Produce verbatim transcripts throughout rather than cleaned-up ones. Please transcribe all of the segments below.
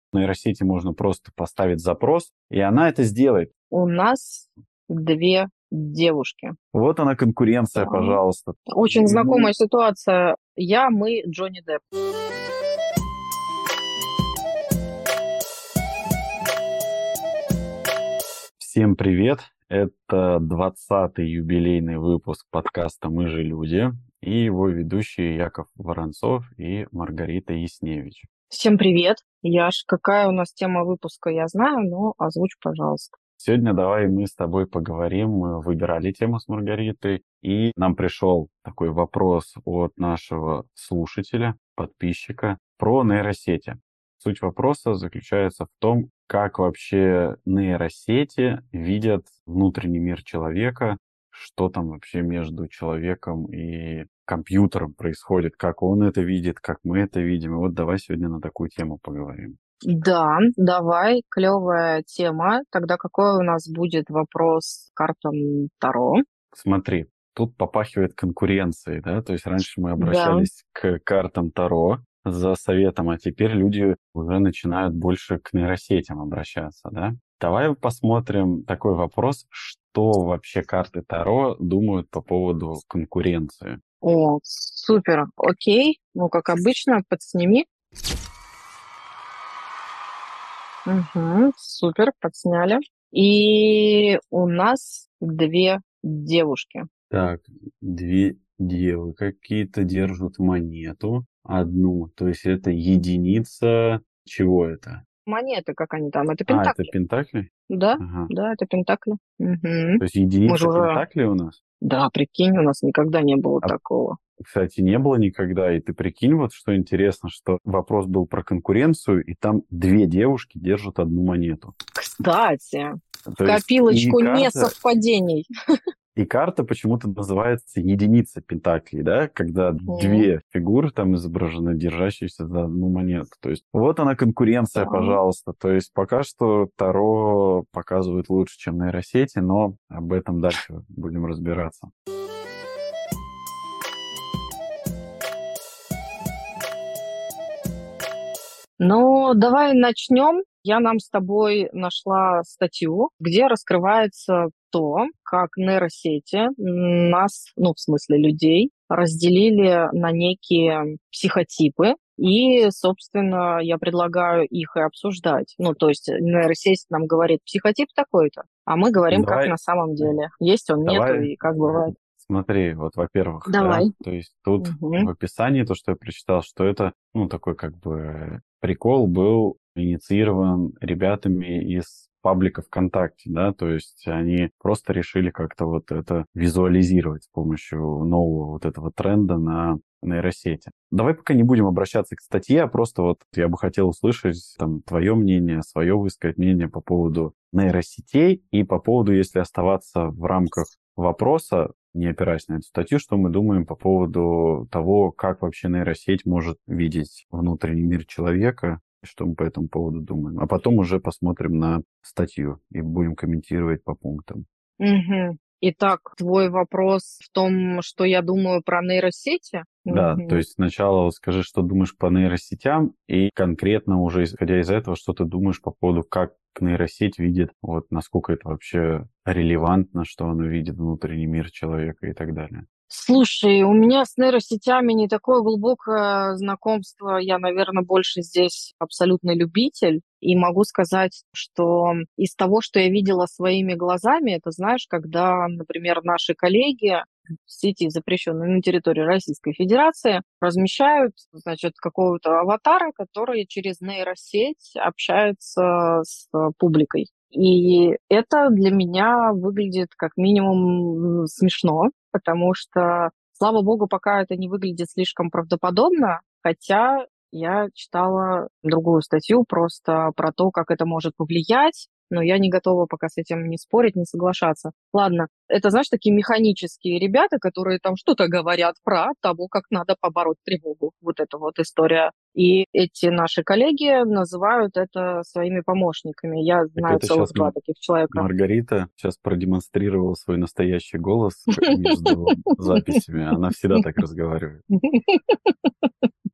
В нейросети можно просто поставить запрос, и она это сделает. У нас две девушки. Вот она конкуренция, Да. пожалуйста. Очень Ну, знакомая ситуация. Я, мы, Джонни Депп. Всем привет! Это двадцатый юбилейный выпуск подкаста «Мы же люди» и его ведущие Яков Воронцов и Маргарита Ясневич. Всем привет. Яш, какая у нас тема выпуска, я знаю, но озвучь, пожалуйста. Сегодня давай мы с тобой поговорим. Мы выбирали тему с Маргаритой, и нам пришел такой вопрос от нашего слушателя, подписчика, про нейросети. Суть вопроса заключается в том, как вообще нейросети видят внутренний мир человека, что там вообще между человеком и компьютером происходит, как он это видит, как мы это видим. И вот давай сегодня на такую тему поговорим. Да, давай, клевая тема. Тогда какой у нас будет вопрос к картам Таро? Смотри, тут попахивает конкуренцией, да, то есть раньше мы Да. обращались к картам Таро за советом, а теперь люди уже начинают больше к нейросетям обращаться, да. Давай посмотрим такой вопрос, что вообще карты Таро думают по поводу конкуренции. О, супер, окей. Ну, как обычно, подсними. Угу, супер, подсняли. И у нас две девушки. Так, две девы какие-то держат монету одну, то есть это единица, чего это? Монеты, как они там, это А, это пентакли. пентакли? Да, Ага. да, это пентакли. Угу. То есть Мы единица же уже... пентакли у нас? Да, прикинь, у нас никогда не было А, такого. кстати, не было никогда, и ты прикинь, вот что интересно, что вопрос был про конкуренцию, и там две девушки держат одну монету. Кстати, в То есть и копилочку карта, несовпадений. и карта почему-то называется единица пентаклей, да, когда Мгм. две фигуры там изображены, держащиеся за одну монету. То есть вот она конкуренция, Да. пожалуйста. То есть пока что Таро показывает лучше, чем нейросети, но об этом дальше будем разбираться. Ну, давай начнем. Я нам с тобой нашла статью, где раскрывается то, как нейросети нас, ну, в смысле людей, разделили на некие психотипы. И, собственно, я предлагаю их и обсуждать. Ну, то есть нейросеть нам говорит психотип такой-то, а мы говорим, как Давай, на самом деле. Есть он, нету, давай, и как бывает. смотри, вот, во-первых, да, Давай. то есть тут Мгм. в описании то, что я прочитал, что это, ну, такой как бы прикол был инициирован ребятами из паблика ВКонтакте, да, то есть они просто решили как-то вот это визуализировать с помощью нового вот этого тренда на нейросети. Давай пока не будем обращаться к статье, а просто вот я бы хотел услышать там твое мнение, свое высказать мнение по поводу нейросетей и по поводу, если оставаться в рамках вопроса, не опираясь на эту статью, что мы думаем по поводу того, как вообще нейросеть может видеть внутренний мир человека, и что мы по этому поводу думаем. А потом уже посмотрим на статью и будем комментировать по пунктам. Мгм. Итак, твой вопрос в том, что я думаю про нейросети? Да, Мгм. то есть сначала вот скажи, что думаешь по нейросетям, и конкретно уже исходя из этого, что ты думаешь по поводу, как нейросеть видит, вот насколько это вообще релевантно, что она видит внутренний мир человека и так далее. Слушай, у меня с нейросетями не такое глубокое знакомство. Я, наверное, больше здесь абсолютный любитель. И могу сказать, что из того, что я видела своими глазами, это, знаешь, когда, например, наши коллеги в сети, запрещенной на территории Российской Федерации, размещают, значит, какого-то аватара, который через нейросеть общается с публикой. И это для меня выглядит как минимум м, смешно, потому что, слава богу, пока это не выглядит слишком правдоподобно, хотя я читала другую статью просто про то, как это может повлиять, но я не готова пока с этим не спорить, не соглашаться. Ладно, это, знаешь, такие механические ребята, которые там что-то говорят про того, как надо побороть тревогу. Вот эта вот история. И эти наши коллеги называют это своими помощниками. Я Так знаю это сейчас целых два таких человека. Маргарита сейчас продемонстрировала свой настоящий голос между записями. Она всегда так разговаривает.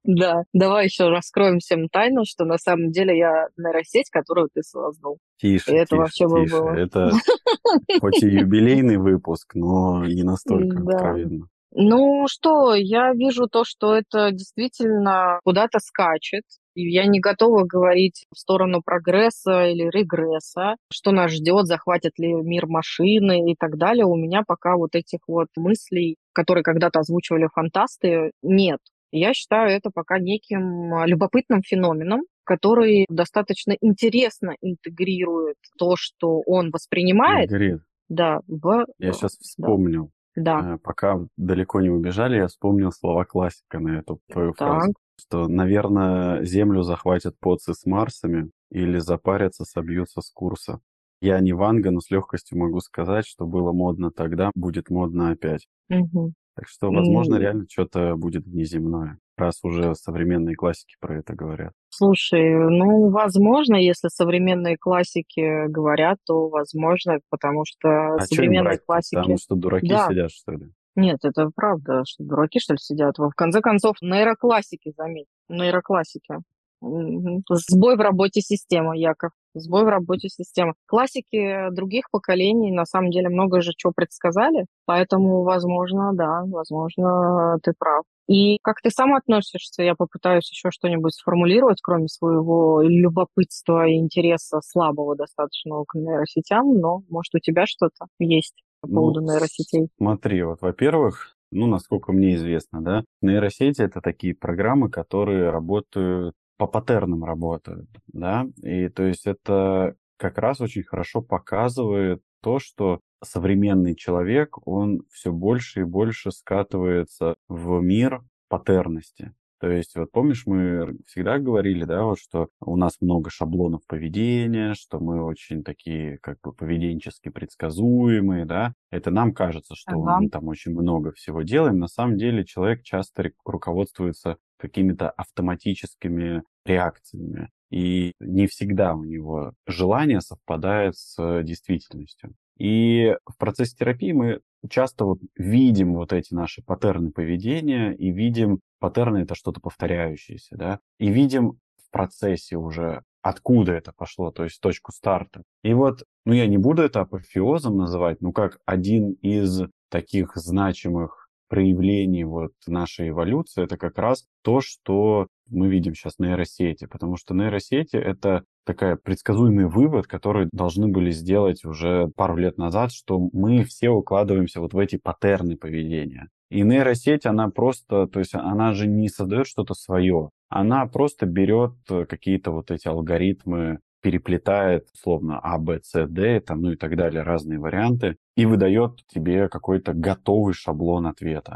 Да, давай еще раскроем всем тайну, что на самом деле я нейросеть, которую ты создал. И Тише, это тише, вообще бы тише. было. Это хоть и юбилейный выпуск, но не настолько Да. откровенно. Ну что, я вижу то, что это действительно куда-то скачет. И я не готова говорить в сторону прогресса или регресса, что нас ждет, захватят ли мир машины и так далее. У меня пока вот этих вот мыслей, которые когда-то озвучивали фантасты, нет. Я считаю это пока неким а, любопытным феноменом, который достаточно интересно интегрирует то, что он воспринимает, Маргарит, да, в... я э, сейчас да, вспомнил. да, Э, Пока далеко не убежали, я вспомнил слова классика на эту твою так. фразу. Что, наверное, Землю захватят поцы с Марсами или запарятся, собьются с курса. Я не Ванга, но с легкостью могу сказать, что было модно тогда, будет модно опять. Мгм. Так что, возможно, М, реально что-то будет внеземное, раз уже современные классики про это говорят. Слушай, ну, возможно, если современные классики говорят, то возможно, потому что А что им современные брать-то? Там классики, что, дураки да, сидят, что ли? нет, это правда, что дураки, что ли, сидят. В конце концов, нейроклассики, заметь, нейроклассики. Мгм. Сбой в работе системы, Яков. Сбой в работе системы. Классики других поколений на самом деле много же чего предсказали, поэтому, возможно, да, возможно, ты прав. И как ты сам относишься, я попытаюсь еще что-нибудь сформулировать, кроме своего любопытства и интереса слабого достаточно к нейросетям, но, может, у тебя что-то есть по Ну, поводу нейросетей? смотри, вот, во-первых, ну, насколько мне известно, да, нейросети — это такие программы, которые работают по паттернам работают, да, и то есть это как раз очень хорошо показывает то, что современный человек, он все больше и больше скатывается в мир паттерности. То есть, вот помнишь, мы всегда говорили, да, вот, что у нас много шаблонов поведения, что мы очень такие, как бы, поведенчески предсказуемые, да. Это нам кажется, что Ага. мы там очень много всего делаем. На самом деле человек часто рек- руководствуется какими-то автоматическими реакциями. И не всегда у него желание совпадает с э, действительностью. И в процессе терапии мы часто вот видим вот эти наши паттерны поведения и видим паттерны — это что-то повторяющееся, да, и видим в процессе уже, откуда это пошло, то есть точку старта. И вот, ну я не буду это апофеозом называть, но как один из таких значимых проявлений вот нашей эволюции, это как раз то, что мы видим сейчас нейросети, потому что нейросети — это такая предсказуемый вывод, который должны были сделать уже пару лет назад, что мы все укладываемся вот в эти паттерны поведения. И нейросеть, она просто, то есть она же не создает что-то свое, она просто берет э, какие-то вот эти алгоритмы, переплетает, условно, А, Б, С, Д, там, ну и так далее, разные варианты, и выдает тебе какой-то готовый шаблон ответа.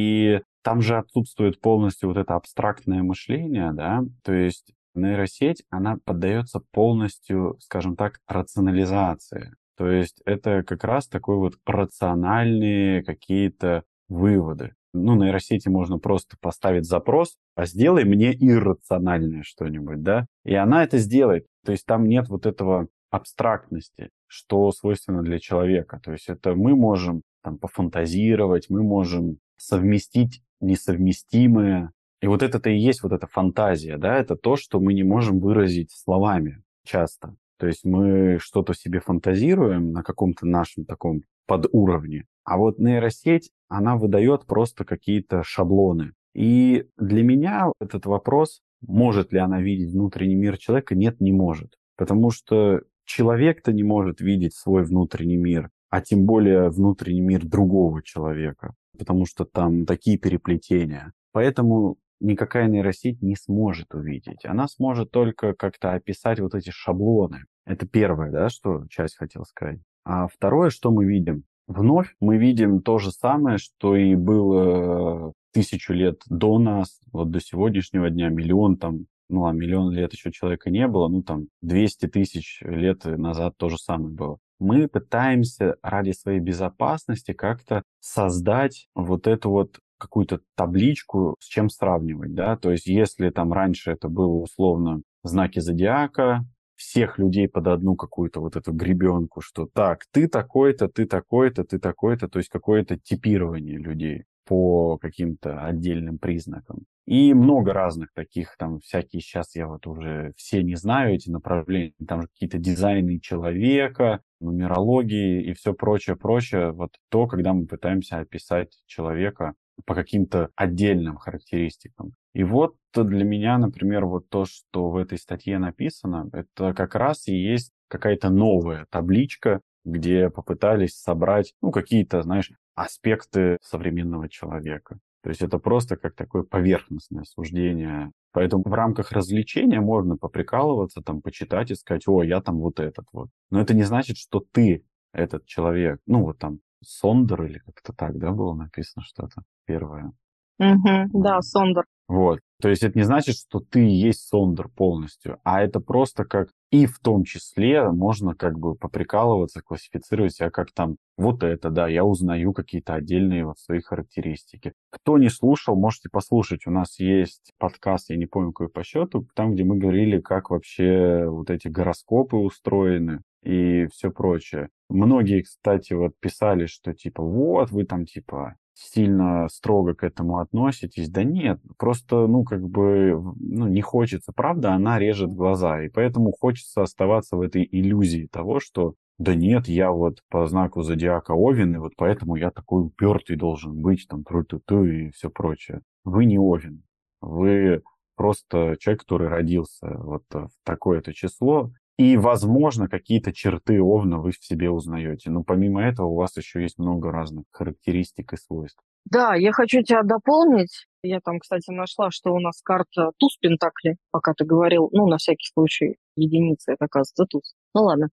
И там же отсутствует полностью вот это абстрактное мышление, да, то есть нейросеть, она поддается полностью, скажем так, рационализации. То есть это как раз такой вот рациональные какие-то выводы. Ну, нейросети можно просто поставить запрос, а сделай мне иррациональное что-нибудь, да, и она это сделает. То есть там нет вот этого абстрактности, что свойственно для человека. То есть это мы можем там пофантазировать, мы можем совместить несовместимое. И вот это-то и есть вот эта фантазия, да, это то, что мы не можем выразить словами часто. То есть мы что-то себе фантазируем на каком-то нашем таком подуровне, а вот нейросеть, она выдает просто какие-то шаблоны. И для меня этот вопрос, может ли она видеть внутренний мир человека, нет, не может. Потому что человек-то не может видеть свой внутренний мир, а тем более внутренний мир другого человека, потому что там такие переплетения. Поэтому никакая нейросеть не сможет увидеть. Она сможет только как-то описать вот эти шаблоны. Это первое, да, что часть хотел сказать. А второе, что мы видим? Вновь мы видим то же самое, что и было тысячу лет до нас, вот до сегодняшнего дня, миллион там, ну а миллион лет еще человека не было, ну там двести тысяч лет назад то же самое было. Мы пытаемся ради своей безопасности как-то создать вот эту вот какую-то табличку, с чем сравнивать, да, то есть если там раньше это было условно знаки зодиака, всех людей под одну какую-то вот эту гребенку, что так, ты такой-то, ты такой-то, ты такой-то, то есть какое-то типирование людей по каким-то отдельным признакам. И много разных таких, там, всякие, сейчас я вот уже все не знаю эти направления, там же какие-то дизайны человека, нумерологии и все прочее, прочее. Вот то, когда мы пытаемся описать человека по каким-то отдельным характеристикам. И вот для меня, например, вот то, что в этой статье написано, это как раз и есть какая-то новая табличка, где попытались собрать, ну, какие-то, знаешь, аспекты современного человека. То есть это просто как такое поверхностное суждение. Поэтому в рамках развлечения можно поприкалываться, там, почитать и сказать: о, я там вот этот вот. Но это не значит, что ты этот человек. Ну, вот там Сондер или как-то так, да, было написано что-то первое. Мгм. Да, М. Сондер. Вот. То есть это не значит, что ты и есть Сондер полностью, а это просто как и в том числе можно как бы поприкалываться, классифицировать себя как там вот это, да, я узнаю какие-то отдельные вот свои характеристики. Кто не слушал, можете послушать. У нас есть подкаст, я не помню, какой по счету, там, где мы говорили, как вообще вот эти гороскопы устроены и все прочее. Многие, кстати, вот писали, что типа вот вы там типа сильно строго к этому относитесь. Да нет, просто, ну, как бы, ну, не хочется. Правда, она режет глаза, и поэтому хочется оставаться в этой иллюзии того, что да нет, я вот по знаку зодиака Овен, и вот поэтому я такой упертый должен быть, там, тру-ту-ту и все прочее. Вы не Овен. Вы просто человек, который родился вот в такое-то число, и, возможно, какие-то черты Овна вы в себе узнаете. Но помимо этого у вас еще есть много разных характеристик и свойств. Да, я хочу тебя дополнить. Я там, кстати, нашла, что у нас карта туз пентакли, пока ты говорил. Ну, на всякий случай, единица, это, оказывается, туз. Ну, ладно.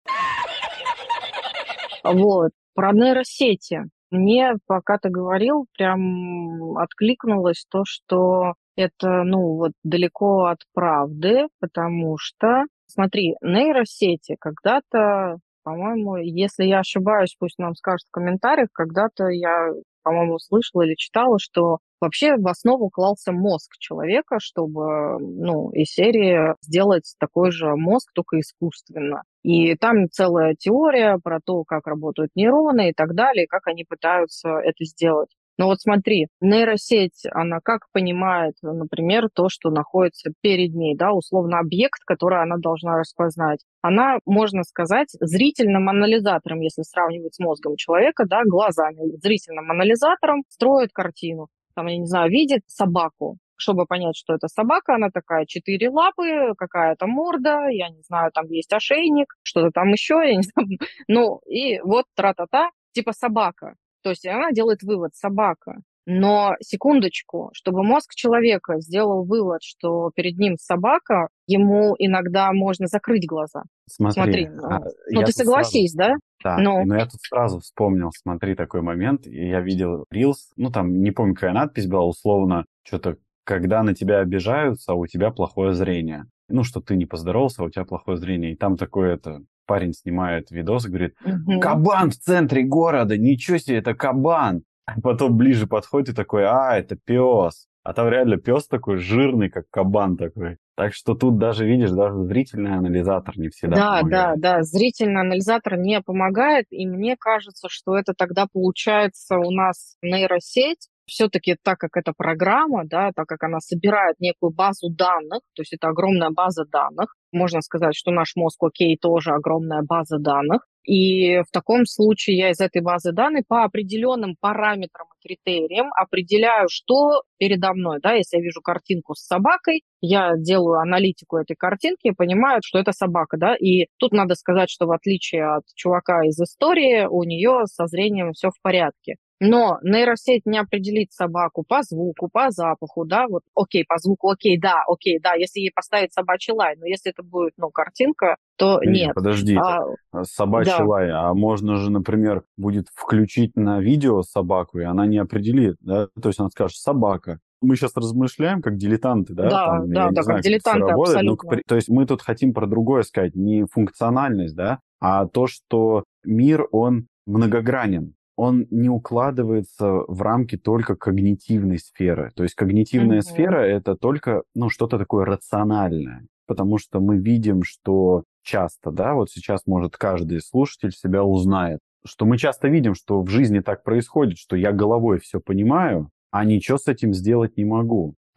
Вот. Про нейросети. Мне, пока ты говорил, прям откликнулось то, что это, ну, вот далеко от правды, потому что, смотри, нейросети когда-то, по-моему, если я ошибаюсь, пусть нам скажут в комментариях, когда-то я, по-моему, слышала или читала, что вообще в основу клался мозг человека, чтобы, ну, из серии сделать такой же мозг, только искусственно. И там целая теория про то, как работают нейроны и так далее, и как они пытаются это сделать. Но вот смотри, нейросеть, она как понимает, например, то, что находится перед ней, да, условно объект, который она должна распознать. Она, можно сказать, зрительным анализатором, если сравнивать с мозгом человека, да, глазами, зрительным анализатором строит картину. Там, я не знаю, видит собаку, чтобы понять, что это собака, она такая, четыре лапы, какая-то морда, я не знаю, там есть ошейник, что-то там еще, я не знаю. Ну, и вот тра-та-та, типа собака. То есть она делает вывод собака. Но, секундочку, чтобы мозг человека сделал вывод, что перед ним собака, ему иногда можно закрыть глаза. Смотри, Смотри, а, ну, ну я ты тут сразу... согласись, да? Да, Ну, но я тут сразу вспомнил, смотри, такой момент. И я видел Reels, ну там, не помню, какая надпись была, условно, что-то, когда на тебя обижаются, а у тебя плохое зрение. Ну, что ты не поздоровался, а у тебя плохое зрение. И там такой это парень снимает видос и говорит: угу. кабан в центре города, ничего себе, это кабан. А потом ближе подходит и такой: а, это пес. А там реально пес такой жирный, как кабан такой. Так что тут даже, видишь, даже зрительный анализатор не всегда Да, да, помогает. да, зрительный анализатор не помогает, и мне кажется, что это тогда получается у нас нейросеть, все-таки так как это программа, да, так как она собирает некую базу данных, то есть это огромная база данных, можно сказать, что наш мозг, окей, тоже огромная база данных, и в таком случае я из этой базы данных по определенным параметрам и критериям определяю, что передо мной. Да? Если я вижу картинку с собакой, я делаю аналитику этой картинки и понимаю, что это собака. Да? И тут надо сказать, что в отличие от чувака из истории, у нее со зрением все в порядке. Но нейросеть не определит собаку по звуку, по запаху, да, вот, окей, по звуку, окей, да, окей, да, если ей поставить собачий лай, но если это будет, ну, картинка, то Не, нет. подожди, так А, а, собачий да, лай, а можно же, например, будет включить на видео собаку, и она не определит, да, то есть она скажет собака. Мы сейчас размышляем как дилетанты, да, да, там, я да, не да, как знаю, как это все дилетанты работает, но, к абсолютно. при- то есть мы тут хотим про другое сказать, не функциональность, да, а то, что мир, он многогранен. Он не укладывается в рамки только когнитивной сферы. То есть когнитивная Мгм. сфера – это только, ну, что-то такое рациональное. Потому что мы видим, что часто, да, вот сейчас, может, каждый слушатель себя узнает, что мы часто видим, что в жизни так происходит, что я головой все понимаю, а ничего с этим сделать не могу.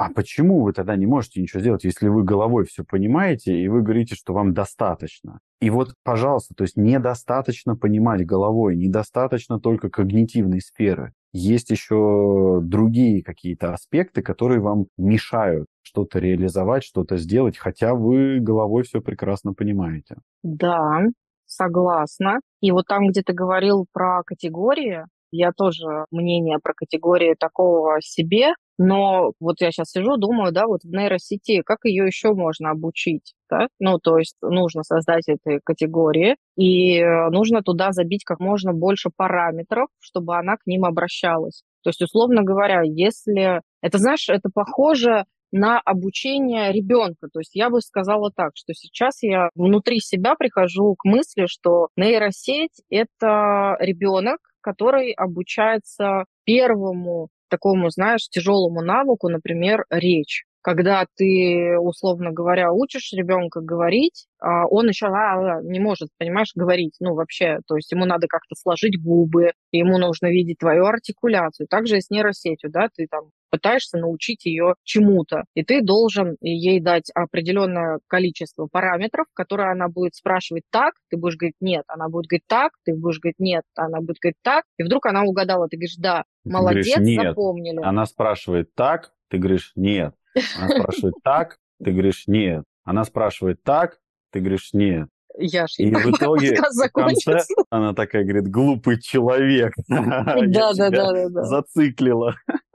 А почему вы тогда не можете ничего сделать, если вы головой все понимаете, и вы говорите, что вам достаточно? И вот, пожалуйста, то есть недостаточно понимать головой, недостаточно только когнитивной сферы. Есть еще другие какие-то аспекты, которые вам мешают что-то реализовать, что-то сделать, хотя вы головой все прекрасно понимаете. Да, согласна. И вот там, где ты говорил про категории, я тоже мнение про категории такого себе, но вот я сейчас сижу, думаю, да, вот в нейросети, как ее еще можно обучить, да? Ну, то есть нужно создать эти категории, и э, нужно туда забить как можно больше параметров, чтобы она к ним обращалась. То есть, условно говоря, если... Это, знаешь, это похоже на обучение ребенка. То есть я бы сказала так, что сейчас я внутри себя прихожу к мысли, что нейросеть– это ребенок, который обучается первому такому, знаешь, тяжелому навыку, например, речь. Когда ты, условно говоря, учишь ребенка говорить, а он еще а, а, не может, понимаешь, говорить, ну, вообще, то есть ему надо как-то сложить губы, ему нужно видеть твою артикуляцию. Также и с нейросетью, да, ты там пытаешься научить ее чему-то, и ты должен ей дать определенное количество параметров, которые она будет спрашивать так, ты будешь говорить нет, она будет говорить так, ты будешь говорить нет, она будет говорить так, и вдруг она угадала, ты говоришь да, Ты говоришь молодец, нет. запомнили. Она спрашивает так, ты говоришь нет. Она спрашивает так, ты говоришь нет. Она спрашивает так, ты говоришь нет. Яш, И в итоге рассказ в конце закончится. она такая говорит, глупый человек, я Да, да, тебя да, да, да. зациклила.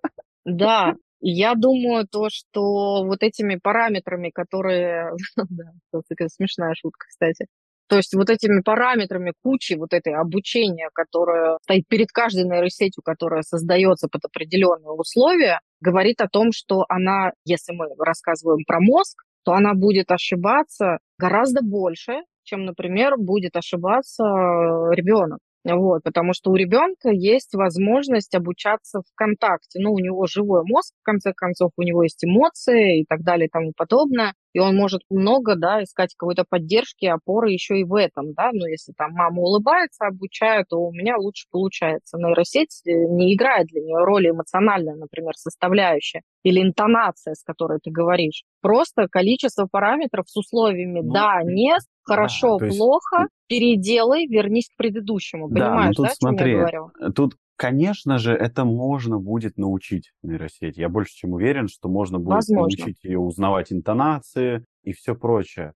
Да, и я думаю, то, что вот этими параметрами, которые... Да, такая смешная шутка, кстати. То есть вот этими параметрами кучи вот этой обучения, которое стоит перед каждой нейросетью, которая создается под определенные условия, говорит о том, что она, если мы рассказываем про мозг, то она будет ошибаться гораздо больше, чем, например, будет ошибаться ребенок. Вот, потому что у ребенка есть возможность обучаться в контакте. Ну, у него живой мозг, в конце концов, у него есть эмоции и так далее и тому подобное. И он может много, да, искать какой-то поддержки, опоры еще и в этом, да. Но если там мама улыбается, обучает, то у меня лучше получается. Нейросеть не играет для нее роли эмоциональной, например, составляющая или интонация, с которой ты говоришь. Просто количество параметров с условиями Ну, «да», «нет», да, «хорошо», то есть, «плохо», переделай, вернись к предыдущему. да, но Понимаешь, тут да, о чем я смотри, говорю? тут, конечно же, это можно будет научить нейросеть. Я больше чем уверен, что можно будет Возможно. научить ее узнавать интонации и все прочее.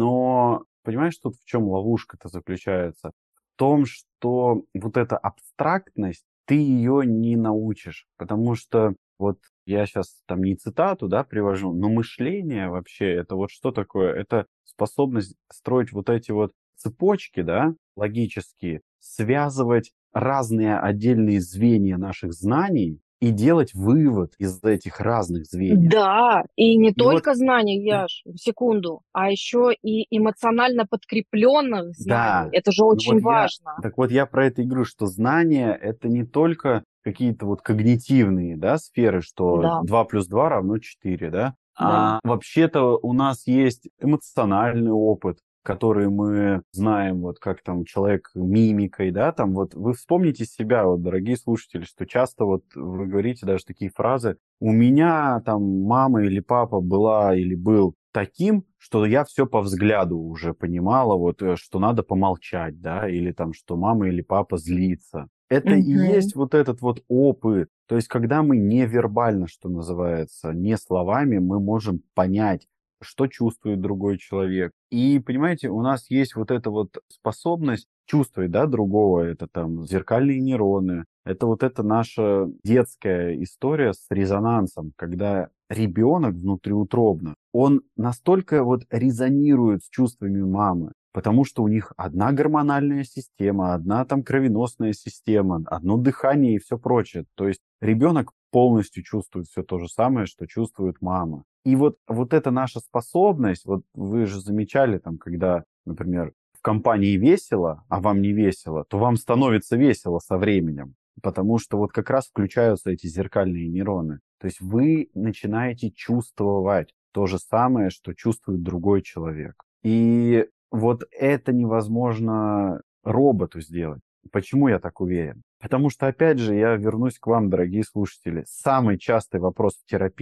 Но, понимаешь, тут в чем ловушка-то заключается? В том, что вот эта абстрактность, ты ее не научишь, потому что вот я сейчас там не цитату, да, привожу, но мышление вообще это вот что такое? Это способность строить вот эти вот цепочки, да, логические, связывать разные отдельные звенья наших знаний и делать вывод из этих разных звеньев. Да, и не И вот, только знаний, Яш, секунду, а еще и эмоционально подкрепленных знаний. да, Это же ну вот очень я, важно. так вот я про это и говорю, что знания это не только какие-то вот когнитивные, да, сферы, что Да, два плюс два равно четыре, да, да. а вообще-то у нас есть эмоциональный опыт, который мы знаем, вот как там человек мимикой, да, там вот вы вспомните себя, вот, дорогие слушатели, что часто вот вы говорите даже такие фразы: у меня там мама или папа была или был таким, что я все по взгляду уже понимала, вот, э, что надо помолчать, да, или там, что мама или папа злится. Это и Мгм. есть вот этот вот опыт. То есть, когда мы невербально, что называется, не словами, мы можем понять, что чувствует другой человек. И, понимаете, у нас есть вот эта вот способность чувствовать, да, другого. Это там зеркальные нейроны. Это вот эта наша детская история с резонансом, когда ребенок внутриутробно, он настолько вот резонирует с чувствами мамы, потому что у них одна гормональная система, одна там кровеносная система, одно дыхание и все прочее. То есть ребенок полностью чувствует все то же самое, что чувствует мама. И вот, вот эта наша способность, вот вы же замечали, там, когда, например, в компании весело, а вам не весело, то вам становится весело со временем, потому что вот как раз включаются эти зеркальные нейроны. То есть вы начинаете чувствовать то же самое, что чувствует другой человек. И вот это невозможно роботу сделать. Почему я так уверен? Потому что, опять же, я вернусь к вам, дорогие слушатели. Самый частый вопрос в терапии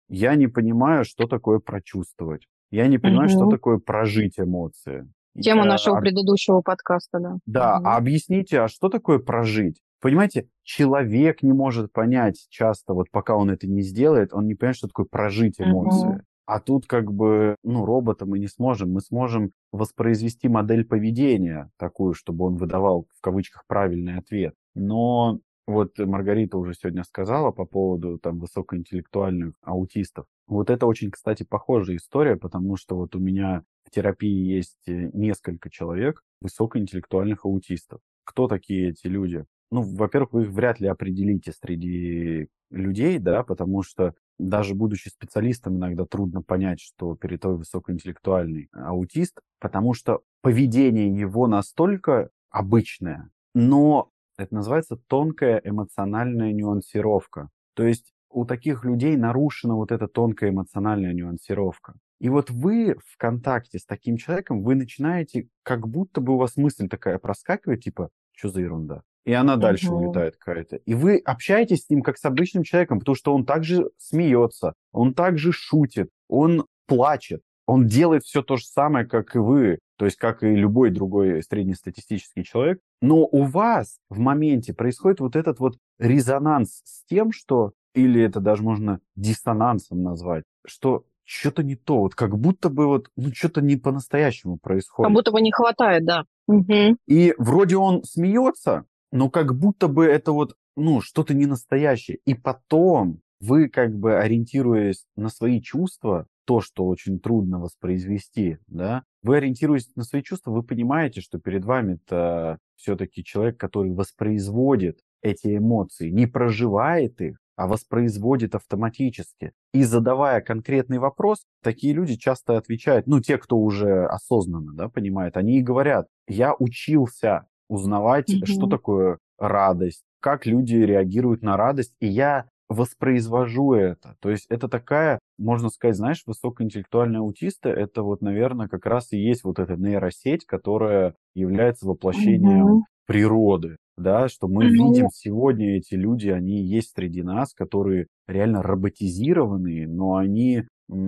я не понимаю, что такое прочувствовать. Я не понимаю, что Мгм. такое прожить эмоции. Тема Я, нашего а, предыдущего подкаста, да. да, а Мгм. объясните, а что такое прожить? Понимаете, человек не может понять часто, вот пока он это не сделает, он не понимает, что такое прожить Мгм. эмоции. А тут как бы, ну, робота мы не сможем. Мы сможем воспроизвести модель поведения такую, чтобы он выдавал в кавычках правильный ответ. Но вот Маргарита уже сегодня сказала по поводу там высокоинтеллектуальных аутистов. Вот это очень, кстати, похожая история, потому что вот у меня в терапии есть э, несколько человек высокоинтеллектуальных аутистов. Кто такие эти люди? Ну, во-первых, вы их вряд ли определите среди людей, да, потому что даже будучи специалистом, иногда трудно понять, что перед тобой высокоинтеллектуальный аутист, потому что поведение его настолько обычное, но это называется тонкая эмоциональная нюансировка. То есть у таких людей нарушена вот эта тонкая эмоциональная нюансировка. И вот вы в контакте с таким человеком, вы начинаете, как будто бы у вас мысль такая проскакивает, типа, что за ерунда? И она дальше Мгм. улетает какая-то. И вы общаетесь с ним как с обычным человеком, потому что он также смеется, он также шутит, он плачет, он делает все то же самое, как и вы, то есть как и любой другой среднестатистический человек. Но у вас в моменте происходит вот этот вот резонанс с тем, что, или это даже можно диссонансом назвать, что что-то не то, вот как будто бы вот, ну, что-то не по-настоящему Как происходит. будто бы не хватает, да. Мгм. И вроде он смеется, но как будто бы это вот, ну, что-то не настоящее. И потом вы, как бы ориентируясь на свои чувства, то, что очень трудно воспроизвести, да, вы ориентируясь на свои чувства, вы понимаете, что перед вами это все-таки человек, который воспроизводит эти эмоции, не проживает их, а воспроизводит автоматически. И задавая конкретный вопрос, такие люди часто отвечают, ну, те, кто уже осознанно, да, понимает, они и говорят: я учился узнавать, что Мгм. такое радость, как люди реагируют на радость, и я воспроизвожу это. То есть это такая, можно сказать, знаешь, высокоинтеллектуальные аутисты, это вот, наверное, как раз и есть вот эта нейросеть, которая является воплощением Мгм. природы, да, что мы Ну, видим сегодня эти люди, они есть среди нас, которые реально роботизированные, но они,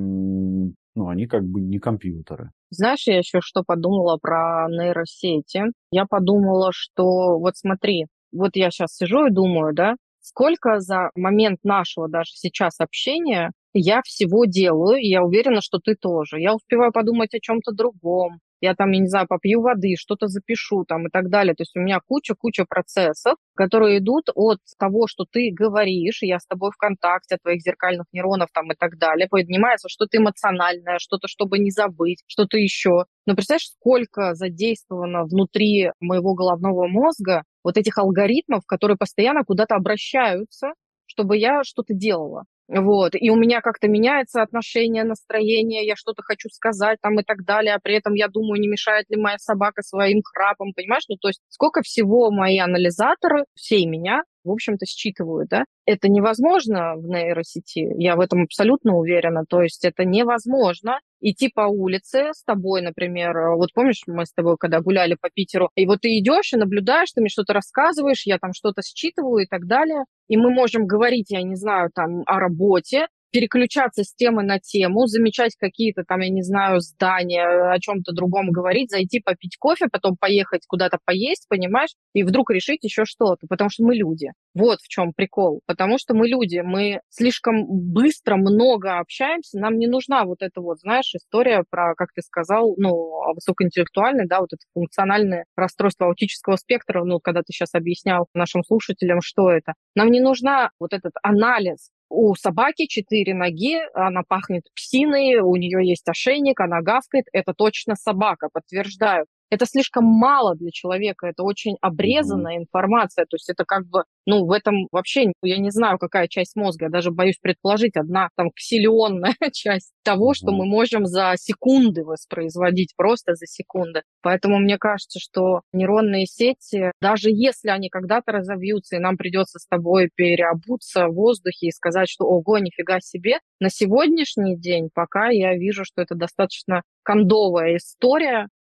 м, ну, они как бы не компьютеры. знаешь, я еще что подумала про нейросети? Я подумала, что вот смотри, вот я сейчас сижу и думаю, да, сколько за момент нашего даже сейчас общения я всего делаю, и я уверена, что ты тоже. Я успеваю подумать о чем-то другом. Я там, я не знаю, попью воды, что-то запишу там и так далее. То есть у меня куча-куча процессов, которые идут от того, что ты говоришь, я с тобой в контакте, от твоих зеркальных нейронов там и так далее, поднимается что-то эмоциональное, что-то, чтобы не забыть, что-то еще. Но представляешь, сколько задействовано внутри моего головного мозга вот этих алгоритмов, которые постоянно куда-то обращаются, чтобы я что-то делала. Вот. И у меня как-то меняется отношение, настроение, я что-то хочу сказать там и так далее, а при этом я думаю, не мешает ли моя собака своим храпом, понимаешь? Ну, то есть сколько всего мои анализаторы, всей меня, в общем-то, считывают, да? Это невозможно в нейросети, я в этом абсолютно уверена. То есть это невозможно идти по улице с тобой, например. Вот помнишь, мы с тобой когда гуляли по Питеру, и вот ты идешь и наблюдаешь, ты мне что-то рассказываешь, я там что-то считываю и так далее. И мы можем говорить, я не знаю, там о работе, переключаться с темы на тему, замечать какие-то там, я не знаю, здания, о чем-то другом говорить, зайти попить кофе, потом поехать куда-то поесть, понимаешь, и вдруг решить еще что-то, потому что мы люди. Вот в чем прикол. Потому что мы люди, мы слишком быстро много общаемся, нам не нужна вот эта вот, знаешь, история про, как ты сказал, ну, высокоинтеллектуальное, да, вот это функциональное расстройство аутического спектра, ну, когда ты сейчас объяснял нашим слушателям, что это. Нам не нужна вот этот анализ. У собаки четыре ноги, она пахнет псиной, у нее есть ошейник, она гавкает. Это точно собака, подтверждаю. Это слишком мало для человека, это очень Мгм. обрезанная информация, то есть это как бы, ну, в этом вообще, я не знаю, какая часть мозга, я даже боюсь предположить, одна там ксиллионная часть того, что Мгм. мы можем за секунды воспроизводить, просто за секунды. Поэтому мне кажется, что нейронные сети, даже если они когда-то разовьются, и нам придется с тобой переобуться в воздухе и сказать, что ого, нифига себе, на сегодняшний день пока я вижу, что это достаточно кондовая история,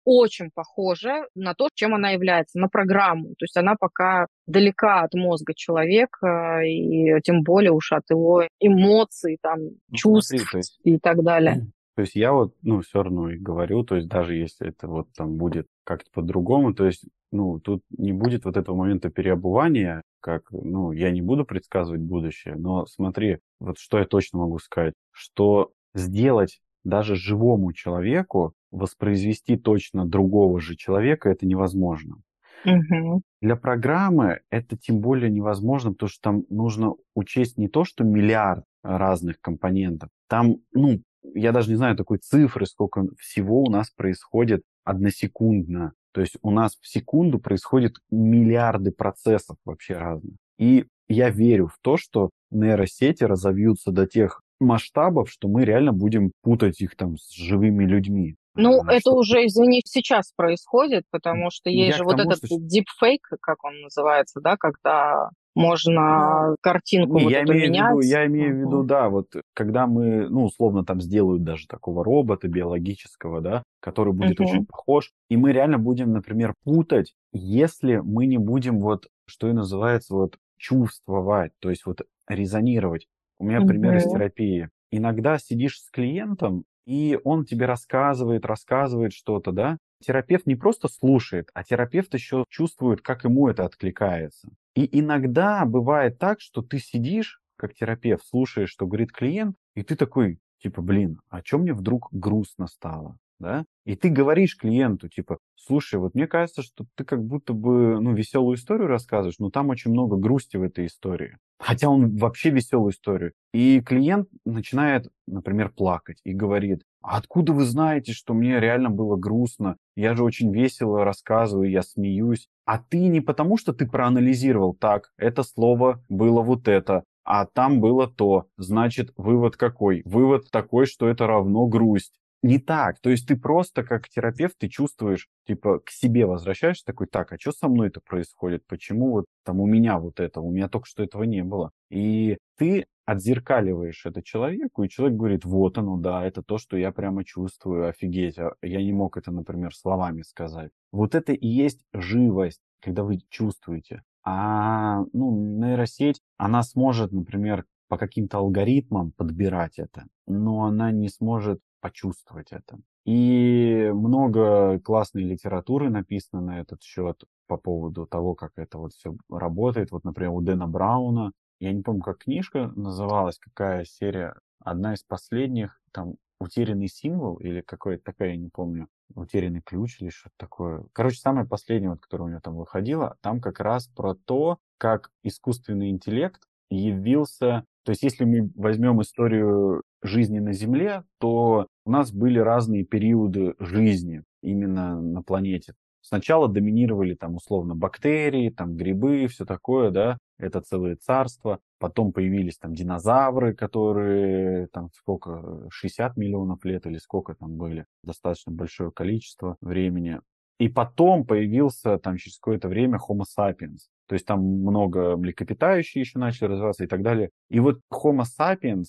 очень похожа на то, чем она является, на программу. То есть она пока далека от мозга человека, и тем более уж от его эмоций, там, Ну, смотри, чувств то есть, и так далее. то есть я вот, ну, все равно и говорю, то есть даже если это вот там будет как-то по-другому, то есть, ну, тут не будет вот этого момента переобувания, как, ну, я не буду предсказывать будущее, но смотри, вот что я точно могу сказать, что сделать даже живому человеку, воспроизвести точно другого же человека, это невозможно. Мгм. Для программы это тем более невозможно, потому что там нужно учесть не то, что миллиард разных компонентов. Там, ну, я даже не знаю такой цифры, сколько всего у нас происходит односекундно. То есть у нас в секунду происходит миллиарды процессов вообще разных. И я верю в то, что нейросети разовьются до тех масштабов, что мы реально будем путать их там с живыми людьми. Ну, А, это Что уже, извини, сейчас происходит, потому что есть я же к вот тому, этот что deepfake, как он называется, да, когда ну, можно картинку не, вот я эту имею в виду, менять. я имею в виду, Мгм. да, вот когда мы, ну, условно там сделают даже такого робота биологического, да, который будет очень Мгм. похож, и мы реально будем, например, путать, если мы не будем вот, что и называется, вот чувствовать, то есть вот резонировать. У меня пример из Мгм. терапии. Иногда сидишь с клиентом, и он тебе рассказывает, рассказывает что-то, да. Терапевт не просто слушает, а терапевт еще чувствует, как ему это откликается. И иногда бывает так, что ты сидишь, как терапевт, слушаешь, что говорит клиент, и ты такой, типа, блин, а чё мне вдруг грустно стало? Да? И ты говоришь клиенту, типа, слушай, вот мне кажется, что ты как будто бы, ну, веселую историю рассказываешь, но там очень много грусти в этой истории. Хотя он вообще веселую историю. И клиент начинает, например, плакать и говорит, а откуда вы знаете, что мне реально было грустно? Я же очень весело рассказываю, я смеюсь. А ты не потому, что ты проанализировал, так, это слово было вот это, а там было то. Значит, вывод какой? Вывод такой, что это равно грусть. Не так. То есть ты просто как терапевт, ты чувствуешь, типа, к себе возвращаешься, такой, так, а что со мной это происходит? Почему вот там у меня вот это? У меня только что этого не было. И ты отзеркаливаешь это человеку, и человек говорит, вот оно, да, это то, что я прямо чувствую, офигеть, а я не мог это, например, словами сказать. Вот это и есть живость, когда вы чувствуете. А ну, нейросеть, она сможет, например, по каким-то алгоритмам подбирать это, но она не сможет почувствовать это. И много классной литературы написано на этот счет по поводу того, как это вот все работает. Вот, например, у Дэна Брауна, я не помню, как книжка называлась, какая серия, одна из последних, там, «Утерянный символ» или какая-то такая, я не помню, «Утерянный ключ» или что-то такое. Короче, самая последняя, вот, которая у него там выходила, там как раз про то, как искусственный интеллект явился. То есть, если мы возьмем историю жизни на Земле, то у нас были разные периоды жизни именно на планете. Сначала доминировали там условно бактерии, там грибы, все такое, да, это целое царство. Потом появились там динозавры, которые там сколько, шестьдесят миллионов лет или сколько там были, достаточно большое количество времени. И потом появился там через какое-то время Homo sapiens. То есть там много млекопитающие еще начали развиваться и так далее. И вот Homo sapiens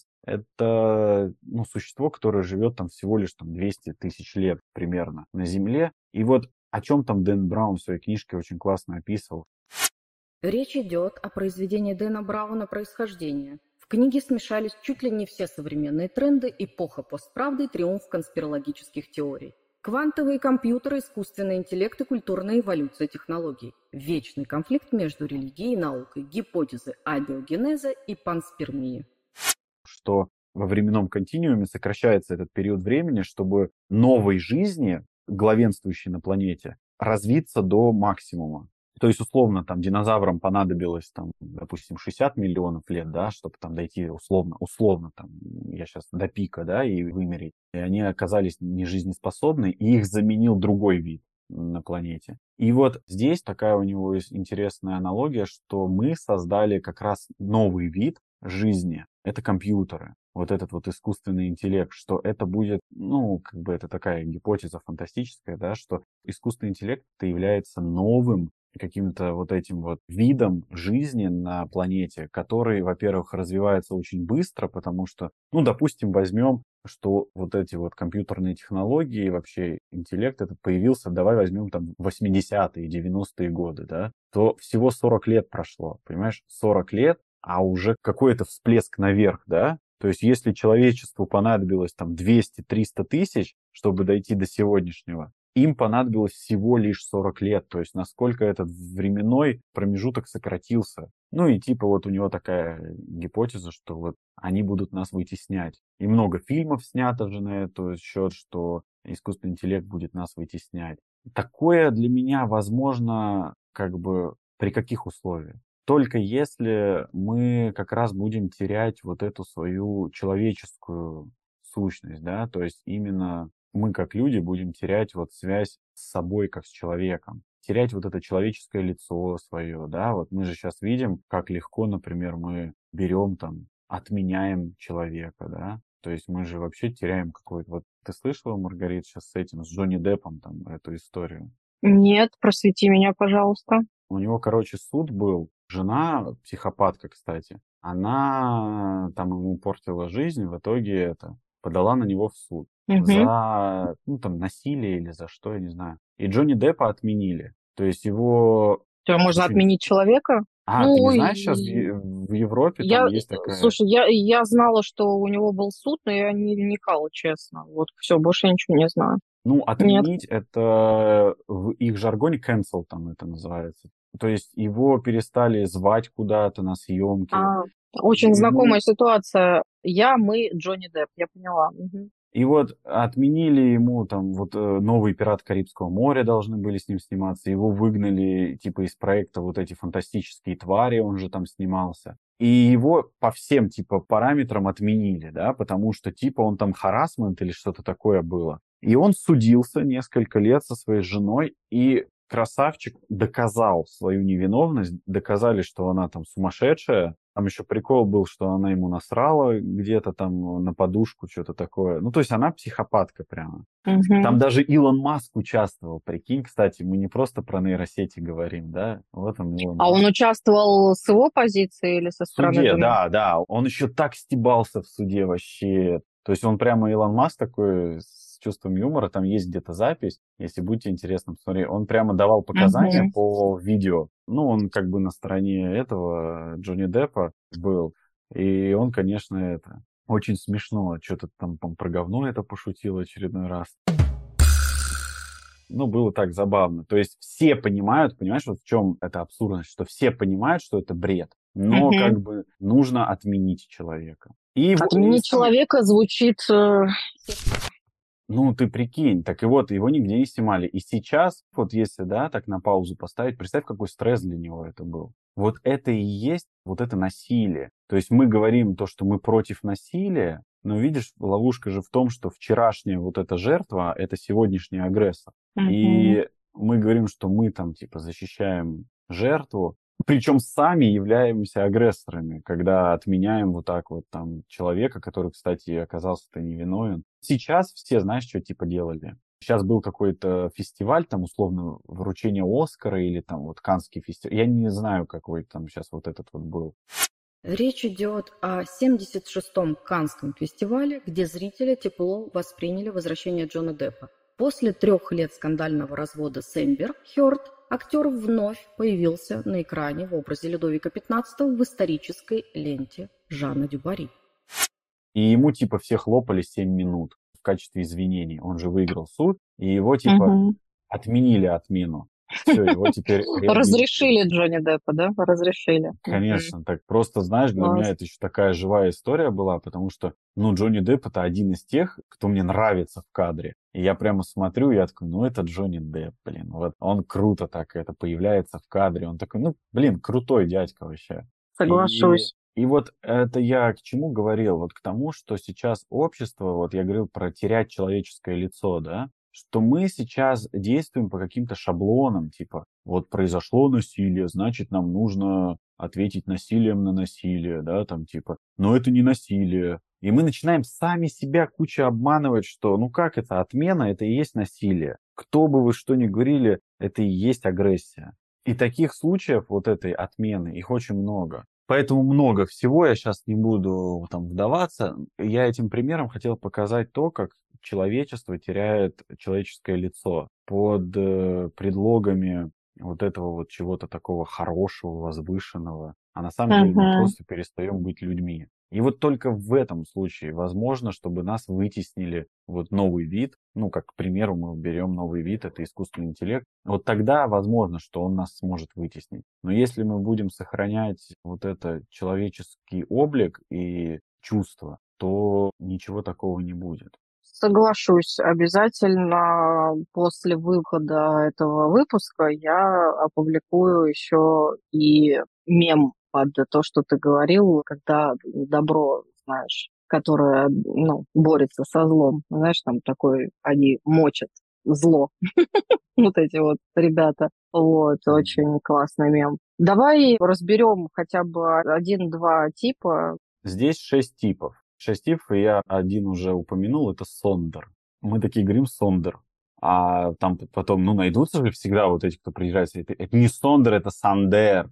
это ну, существо, которое живет там всего лишь там двести тысяч лет примерно на Земле. И вот о чем там Дэн Браун в своей книжке очень классно описывал. Речь идет о произведении Дэна Брауна «Происхождение». В книге смешались чуть ли не все современные тренды, эпоха постправды и триумф конспирологических теорий. Квантовые компьютеры, искусственный интеллект и культурная эволюция технологий. Вечный конфликт между религией и наукой, гипотезы абиогенеза и панспермии. Что во временном континууме сокращается этот период времени, чтобы новой жизни, главенствующей на планете, развиться до максимума. То есть, условно, там динозаврам понадобилось, там, допустим, шестьдесят миллионов лет, да, чтобы там дойти условно, условно, там, я сейчас до пика, да, и вымереть. И они оказались нежизнеспособны, и их заменил другой вид на планете. И вот здесь такая у него есть интересная аналогия, что мы создали как раз новый вид жизни. Это компьютеры. Вот этот вот искусственный интеллект, что это будет, ну, как бы это такая гипотеза фантастическая, да, что искусственный интеллект это является новым каким-то вот этим вот видом жизни на планете, который, во-первых, развивается очень быстро, потому что, ну, допустим, возьмем что вот эти вот компьютерные технологии, вообще интеллект этот появился, давай возьмем там восьмидесятые, девяностые годы, да, то всего сорок лет прошло, понимаешь, сорок лет, а уже какой-то всплеск наверх, да, то есть если человечеству понадобилось там двести-триста тысяч, чтобы дойти до сегодняшнего, им понадобилось всего лишь сорок лет, то есть насколько этот временной промежуток сократился. Ну и типа вот у него такая гипотеза, что вот они будут нас вытеснять. И много фильмов снято же на этот счет, что искусственный интеллект будет нас вытеснять. Такое для меня возможно как бы при каких условиях? Только если мы как раз будем терять вот эту свою человеческую сущность, да, то есть именно мы как люди будем терять вот связь с собой как с человеком, терять вот это человеческое лицо свое, да, вот мы же сейчас видим, как легко, например, мы берем там, отменяем человека, да, то есть мы же вообще теряем какой-то, вот ты слышала, Маргарита, сейчас с этим, с Джонни Деппом там эту историю? Нет, просвети меня, пожалуйста. У него, короче, суд был. Жена, психопатка, кстати, она там ему портила жизнь, в итоге это подала на него в суд Угу. за, ну, там, насилие или за что, я не знаю. И Джонни Деппа отменили. То есть его... Что, можно Еще- отменить человека? А, Ну, ты не знаешь, сейчас в, и- Е- в Европе Я, там есть такая... слушай, я, я знала, что у него был суд, но я не вникала, честно. Вот все, больше я ничего не знаю. Ну, Нет. отменить это в их жаргоне cancel там это называется. То есть его перестали звать куда-то на съемки. А, очень Ему- знакомая ситуация. Я, мы, Джонни Депп, я поняла. Мгм. И вот отменили ему там вот э, новый «Пират Карибского моря» должны были с ним сниматься. Его выгнали типа из проекта вот эти «Фантастические твари», он же там снимался. И его по всем типа параметрам отменили, да, потому что типа он там харассмент или что-то такое было. И он судился несколько лет со своей женой, и красавчик доказал свою невиновность, доказали, что она там сумасшедшая. Там еще прикол был, что она ему насрала где-то там на подушку, что-то такое. Ну, то есть она психопатка прямо. Мгм. Там даже Илон Маск участвовал, прикинь, кстати, мы не просто про нейросети говорим, да? Вот он, Илон А он Маск. участвовал с его позиции или со В стороны суде, жены? да, да. Он еще так стебался в суде вообще. То есть он прямо Илон Маск такой с чувством юмора. Там есть где-то запись, если будете интересно посмотреть. Он прямо давал показания Мгм. по видео. Ну, он как бы на стороне этого Джонни Деппа был. И он, конечно, это очень смешно. Что-то там, там про говно это пошутил очередной раз. Ну, было так забавно. То есть все понимают, понимаешь, вот в чем эта абсурдность, что все понимают, что это бред, но Мгм. как бы нужно отменить человека. И его, и Отменить самое- человека звучит... э, ну, ты прикинь, так и вот его нигде не снимали. И сейчас, вот если, да, так на паузу поставить, представь, какой стресс для него это был. Вот это и есть вот это насилие. То есть мы говорим то, что мы против насилия, но видишь, ловушка же в том, что вчерашняя вот эта жертва, это сегодняшний агрессор. Мгм. И мы говорим, что мы там типа защищаем жертву, причем сами являемся агрессорами, когда отменяем вот так вот там человека, который, кстати, оказался-то невиновен. Сейчас все, знаешь, что типа делали? Сейчас был какой-то фестиваль, там, условно, вручение Оскара или там вот Каннский фестиваль. Я не знаю, какой там сейчас вот этот вот был. Речь идет о семьдесят шестом Каннском фестивале, где зрители тепло восприняли возвращение Джона Деппа. После трех лет скандального развода с Эмбер Хёрд актер вновь появился на экране в образе Людовика пятнадцатого в исторической ленте Жана Дюбари. И ему типа все хлопали семь минут в качестве извинений. Он же выиграл суд, и его типа Мгм. отменили отмену. Все, его теперь реабилитируют. Разрешили Джонни Деппа, да? Разрешили. Мгм. Конечно, так просто, знаешь, для меня Класс. это еще такая живая история была, потому что, ну, Джонни Депп это один из тех, кто мне нравится в кадре. И я прямо смотрю, я такой, ну, это Джонни Депп, блин, вот он круто так это появляется в кадре, он такой, ну, блин, крутой дядька вообще. Соглашусь. И, и вот это я к чему говорил? Вот к тому, что сейчас общество, вот я говорил про терять человеческое лицо, да, что мы сейчас действуем по каким-то шаблонам, типа, вот произошло насилие, значит, нам нужно ответить насилием на насилие, да, там, типа, но это не насилие. И мы начинаем сами себя куча обманывать, что, ну как это, отмена, это и есть насилие. Кто бы вы что ни говорили, это и есть агрессия. И таких случаев вот этой отмены, их очень много. Поэтому много всего, я сейчас не буду там вдаваться. Я этим примером хотел показать то, как человечество теряет человеческое лицо под э, предлогами вот этого вот чего-то такого хорошего, возвышенного. А на самом деле мы Мгм. просто перестаем быть людьми. И вот только в этом случае возможно, чтобы нас вытеснили вот новый вид. Ну, как, к примеру, мы берем новый вид, это искусственный интеллект. Вот тогда возможно, что он нас сможет вытеснить. Но если мы будем сохранять вот это человеческий облик и чувства, то ничего такого не будет. Соглашусь, обязательно после выхода этого выпуска я опубликую еще и мем под то, что ты говорил, когда добро, знаешь, которое, ну, борется со злом. Знаешь, там такой, они мочат зло. Вот эти вот ребята. Вот, М. очень классный мем. Давай разберем хотя бы один-два типа. Здесь шесть типов. Шесть типов, и я один уже упомянул, это сондер. Мы такие говорим сондер. А там п- потом, ну, найдутся же всегда вот эти, кто приезжает. Это, это не сондер, это сандер.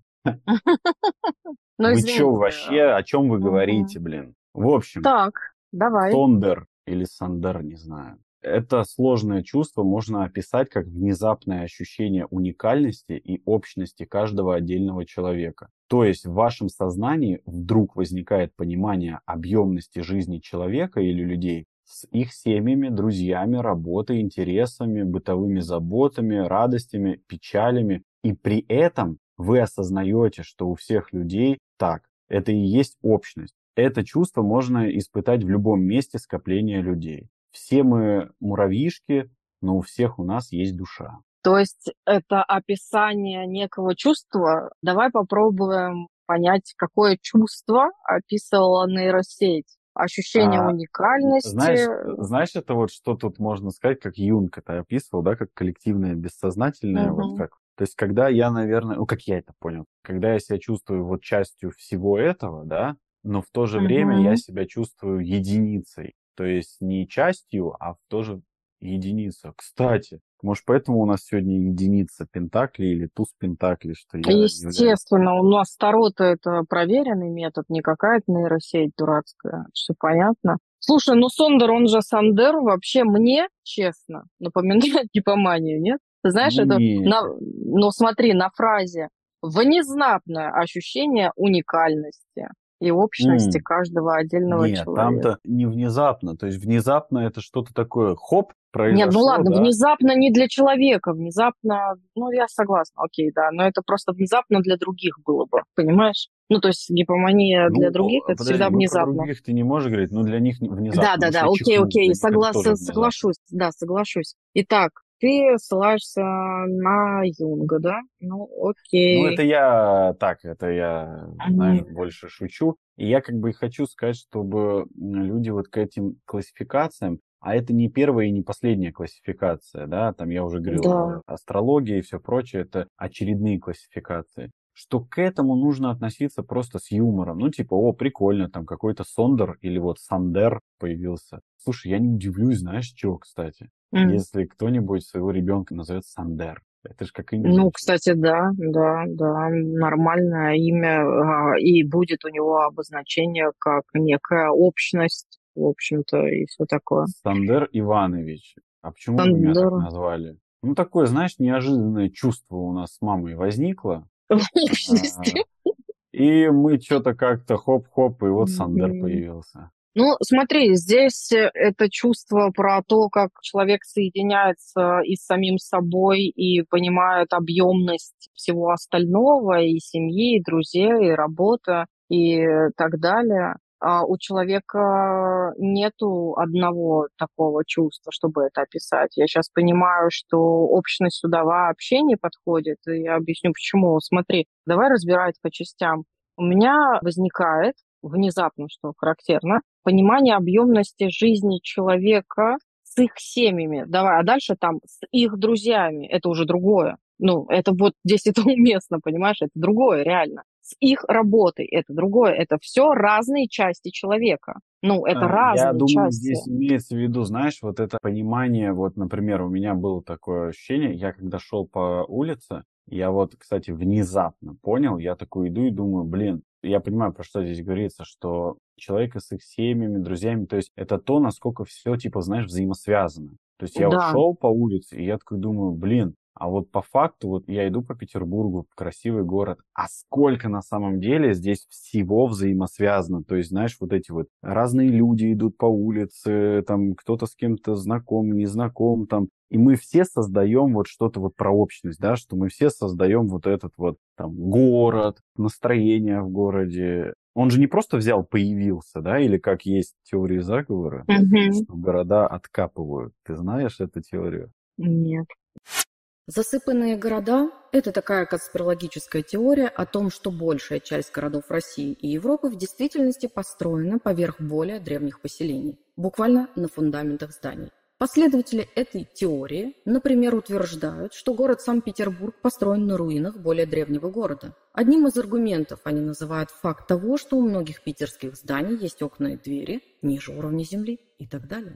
Ну, Вы чё извините. вообще, о чем вы Мгм. говорите, блин? В общем, Так, давай. сондер или сандер, не знаю. Это сложное чувство можно описать как внезапное ощущение уникальности и общности каждого отдельного человека. То есть в вашем сознании вдруг возникает понимание объемности жизни человека или людей с их семьями, друзьями, работой, интересами, бытовыми заботами, радостями, печалями. И при этом вы осознаете, что у всех людей так. Это и есть общность. Это чувство можно испытать в любом месте скопления людей. Все мы муравьишки, но у всех у нас есть душа. То есть это описание некого чувства. Давай попробуем понять, какое чувство описывала нейросеть. Ощущение А, уникальности. знаешь, знаешь, это вот что тут можно сказать, как Юнг это описывал, да, как коллективное бессознательное, вот Мгм. как. То есть, когда я, наверное, ну, как я это понял, когда я себя чувствую вот частью всего этого, да, но в то же время я Мгм. себя чувствую единицей. То есть не частью, а в то же единица. Кстати, может, поэтому у нас сегодня единица Пентакли или туз Пентакли, что я являюсь... Естественно, у нас Таро-то это проверенный метод, не какая-то нейросеть дурацкая. Все понятно. Слушай, ну Сондер, он же Сандер, вообще мне, честно, напоминает гипоманию, нет? Ты знаешь, Ну, это, не, на, ну смотри, на фразе «внезапное ощущение уникальности и общности м, каждого отдельного нет, человека». там-то не внезапно. То есть внезапно это что-то такое, хоп, Нет, ну произошло, ладно, да? внезапно не для человека, внезапно, ну я согласна, окей, да, но это просто внезапно для других было бы, понимаешь? Ну, то есть гипомания для Ну, других это подожди, всегда ну про внезапно. других ты не можешь говорить, но для них не- Да, внезапно. да, Может, да, я окей, чихнул, для окей, них это тоже согласна, внезапно. соглашусь, да, соглашусь. Итак, ты ссылаешься на Юнга, да? Ну, Ну, это окей. я так, это я, знаешь, Мгм. больше шучу. И я как бы и хочу сказать, чтобы м, люди вот к этим классификациям, а это не первая и не последняя классификация, да, там я уже говорил, Да. э, астрология и все прочее, это очередные классификации, что к этому нужно относиться просто с юмором. Ну, типа, о, прикольно, там какой-то Сондер или вот Сандер появился. Слушай, я не удивлюсь, знаешь, чего, кстати, М. если кто-нибудь своего ребенка назовет Сандер. Это же как имя Ну, звучит. кстати, да, да, да, нормальное имя, а, и будет у него обозначение как некая общность, в общем-то, и все такое. Сандер Иванович. А почему вы меня так Тандор назвали? Ну, такое, знаешь, неожиданное чувство у нас с мамой возникло. в А, общности. И мы что-то как-то хоп-хоп, и вот Сандер Мгм. появился. Ну, смотри, здесь э, это чувство про то, как человек соединяется и с самим собой, и понимает объемность всего остального, и семьи, и друзей, и работа, и так далее. А у человека нету одного такого чувства, чтобы это описать. Я сейчас понимаю, что общность сюда вообще не подходит, и я объясню почему. Смотри, давай разбирать по частям. У меня возникает внезапно, что характерно, понимание объемности жизни человека с их семьями. Давай, а дальше там с их друзьями. Это уже другое. Ну, это вот здесь это уместно, понимаешь? Это другое, реально. С их работой это другое. Это все разные части человека. Ну, это А, Я разные думаю, части. здесь имеется в виду, знаешь, вот это понимание, вот, например, у меня было такое ощущение, я когда шел по улице, Я вот, кстати, внезапно понял, я такой иду и думаю, блин, я понимаю, про что здесь говорится, что человека с их семьями, друзьями, то есть это то, насколько все, типа, знаешь, взаимосвязано. То есть я вот Да. шел по улице, и я такой думаю, блин, а вот по факту, вот я иду по Петербургу, красивый город, а сколько на самом деле здесь всего взаимосвязано. То есть, знаешь, вот эти вот разные люди идут по улице, там кто-то с кем-то знаком, не знаком, там, и мы все создаем вот что-то вот про общность, да, что мы все создаем вот этот вот там город, настроение в городе. Он же не просто взял, появился, да, или как есть теории заговора, Мгм. что города откапывают. Ты знаешь эту теорию? Нет. Засыпанные города – это такая конспирологическая теория о том, что большая часть городов России и Европы в действительности построена поверх более древних поселений, буквально на фундаментах зданий. Последователи этой теории, например, утверждают, что город Санкт-Петербург построен на руинах более древнего города. Одним из аргументов они называют факт того, что у многих питерских зданий есть окна и двери ниже уровня земли и так далее.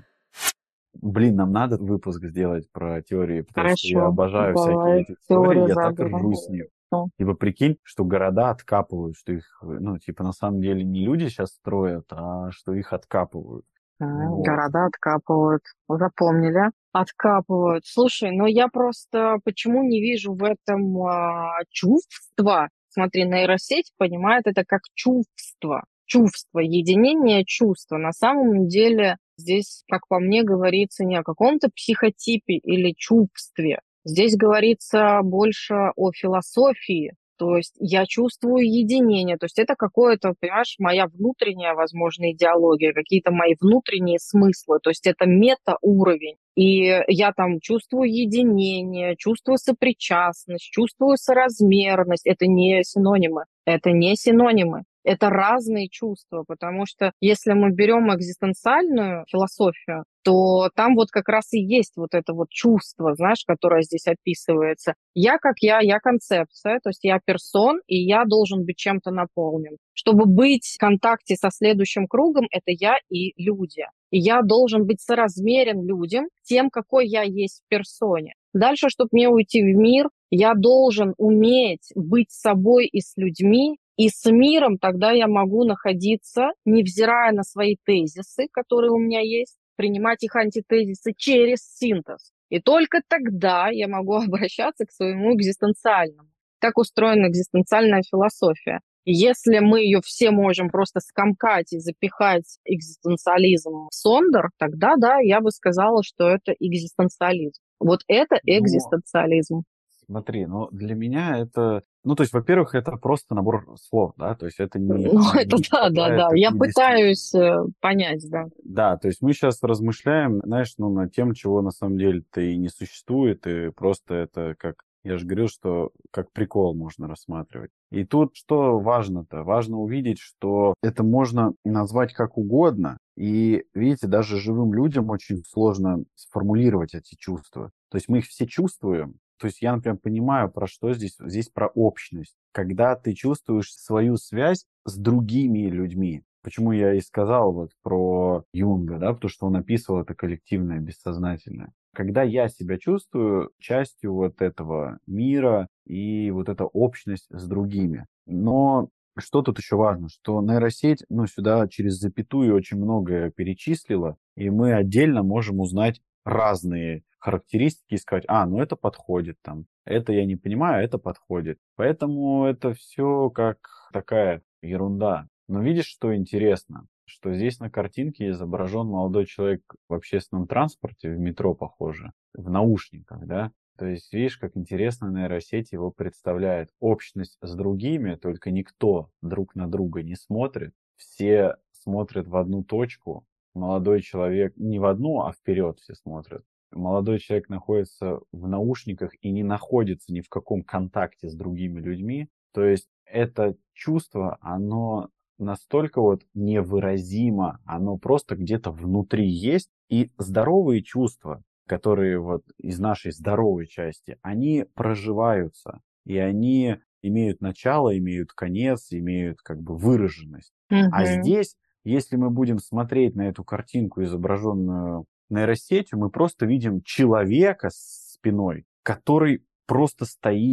Блин, нам надо выпуск сделать про теории, потому что я Хорошо. обожаю всякие Давай. эти теории, Теория я так заговора. ржу с них. Ну, Типа, прикинь, что города откапывают, что их, ну, типа, на самом деле не люди сейчас строят, а что их откапывают. а, Вот. Города откапывают. Запомнили? Откапывают. Слушай, но я просто почему не вижу в этом а, чувства? Смотри, нейросеть понимает это как чувство. Чувство, единение чувства. На самом деле здесь, как по мне, говорится не о каком-то психотипе или чувстве. Здесь говорится больше о философии. То есть я чувствую единение. То есть это какое-то, понимаешь, моя внутренняя, возможно, идеология, какие-то мои внутренние смыслы. То есть это метауровень. И я там чувствую единение, чувствую сопричастность, чувствую соразмерность. Это не синонимы. Это не синонимы. Это разные чувства, потому что если мы берем экзистенциальную философию, то там вот как раз и есть вот это вот чувство, знаешь, которое здесь описывается. Я как я, я концепция, то есть я персон, и я должен быть чем-то наполнен. Чтобы быть в контакте со следующим кругом, это я и люди. И я должен быть соразмерен людям тем, какой я есть в персоне. Дальше, чтобы мне уйти в мир, я должен уметь быть собой и с людьми, и с миром тогда я могу находиться, невзирая на свои тезисы, которые у меня есть, принимать их антитезисы через синтез. И только тогда я могу обращаться к своему экзистенциальному. Так устроена экзистенциальная философия. И если мы ее все можем просто скомкать и запихать экзистенциализм в Сондер, тогда да, я бы сказала, что это экзистенциализм. Вот это Ну, экзистенциализм. смотри, ну, для меня это... Ну, то есть, во-первых, это просто набор слов, да, то есть это не, Ну, это не да, да, отражает да. Я такую пытаюсь действительность. э, понять, да. Да, то есть мы сейчас размышляем, знаешь, ну, над тем, чего на самом деле-то и не существует, и просто это как, я же говорил, что как прикол можно рассматривать. И тут что важно-то? Важно увидеть, что это можно назвать как угодно, и, видите, даже живым людям очень сложно сформулировать эти чувства. То есть мы их все чувствуем. То есть я, например, понимаю, про что здесь. Здесь про общность. Когда ты чувствуешь свою связь с другими людьми. Почему я и сказал вот про Юнга, да, потому что он описывал это коллективное бессознательное. Когда я себя чувствую частью вот этого мира и вот эта общность с другими. Но что тут еще важно, что нейросеть, ну, сюда через запятую очень многое перечислила, и мы отдельно можем узнать разные характеристики и сказать, а, ну это подходит там, это я не понимаю, это подходит. Поэтому это все как такая ерунда. Но видишь, что интересно? Что здесь на картинке изображен молодой человек в общественном транспорте, в метро, похоже, в наушниках, да? То есть, видишь, как интересно нейросеть его представляет. Общность с другими, только никто друг на друга не смотрит. Все смотрят в одну точку. Молодой человек не в одну, а вперед все смотрят. Молодой человек находится в наушниках и не находится ни в каком контакте с другими людьми. То есть это чувство, оно настолько вот невыразимо, оно просто где-то внутри есть. И здоровые чувства, которые вот из нашей здоровой части, они проживаются. И они имеют начало, имеют конец, имеют как бы выраженность. А Мгм. здесь, если мы будем смотреть на эту картинку, изображенную нейросетью, мы просто видим человека с спиной, который просто стоит,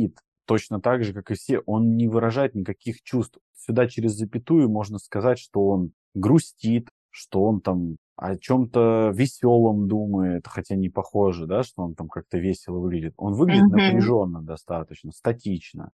точно так же, как и все, он не выражает никаких чувств. Сюда через запятую можно сказать, что он грустит, что он там о чем-то веселом думает, хотя не похоже, да, что он там как-то весело выглядит. Он выглядит Мгм. напряженно достаточно, статично.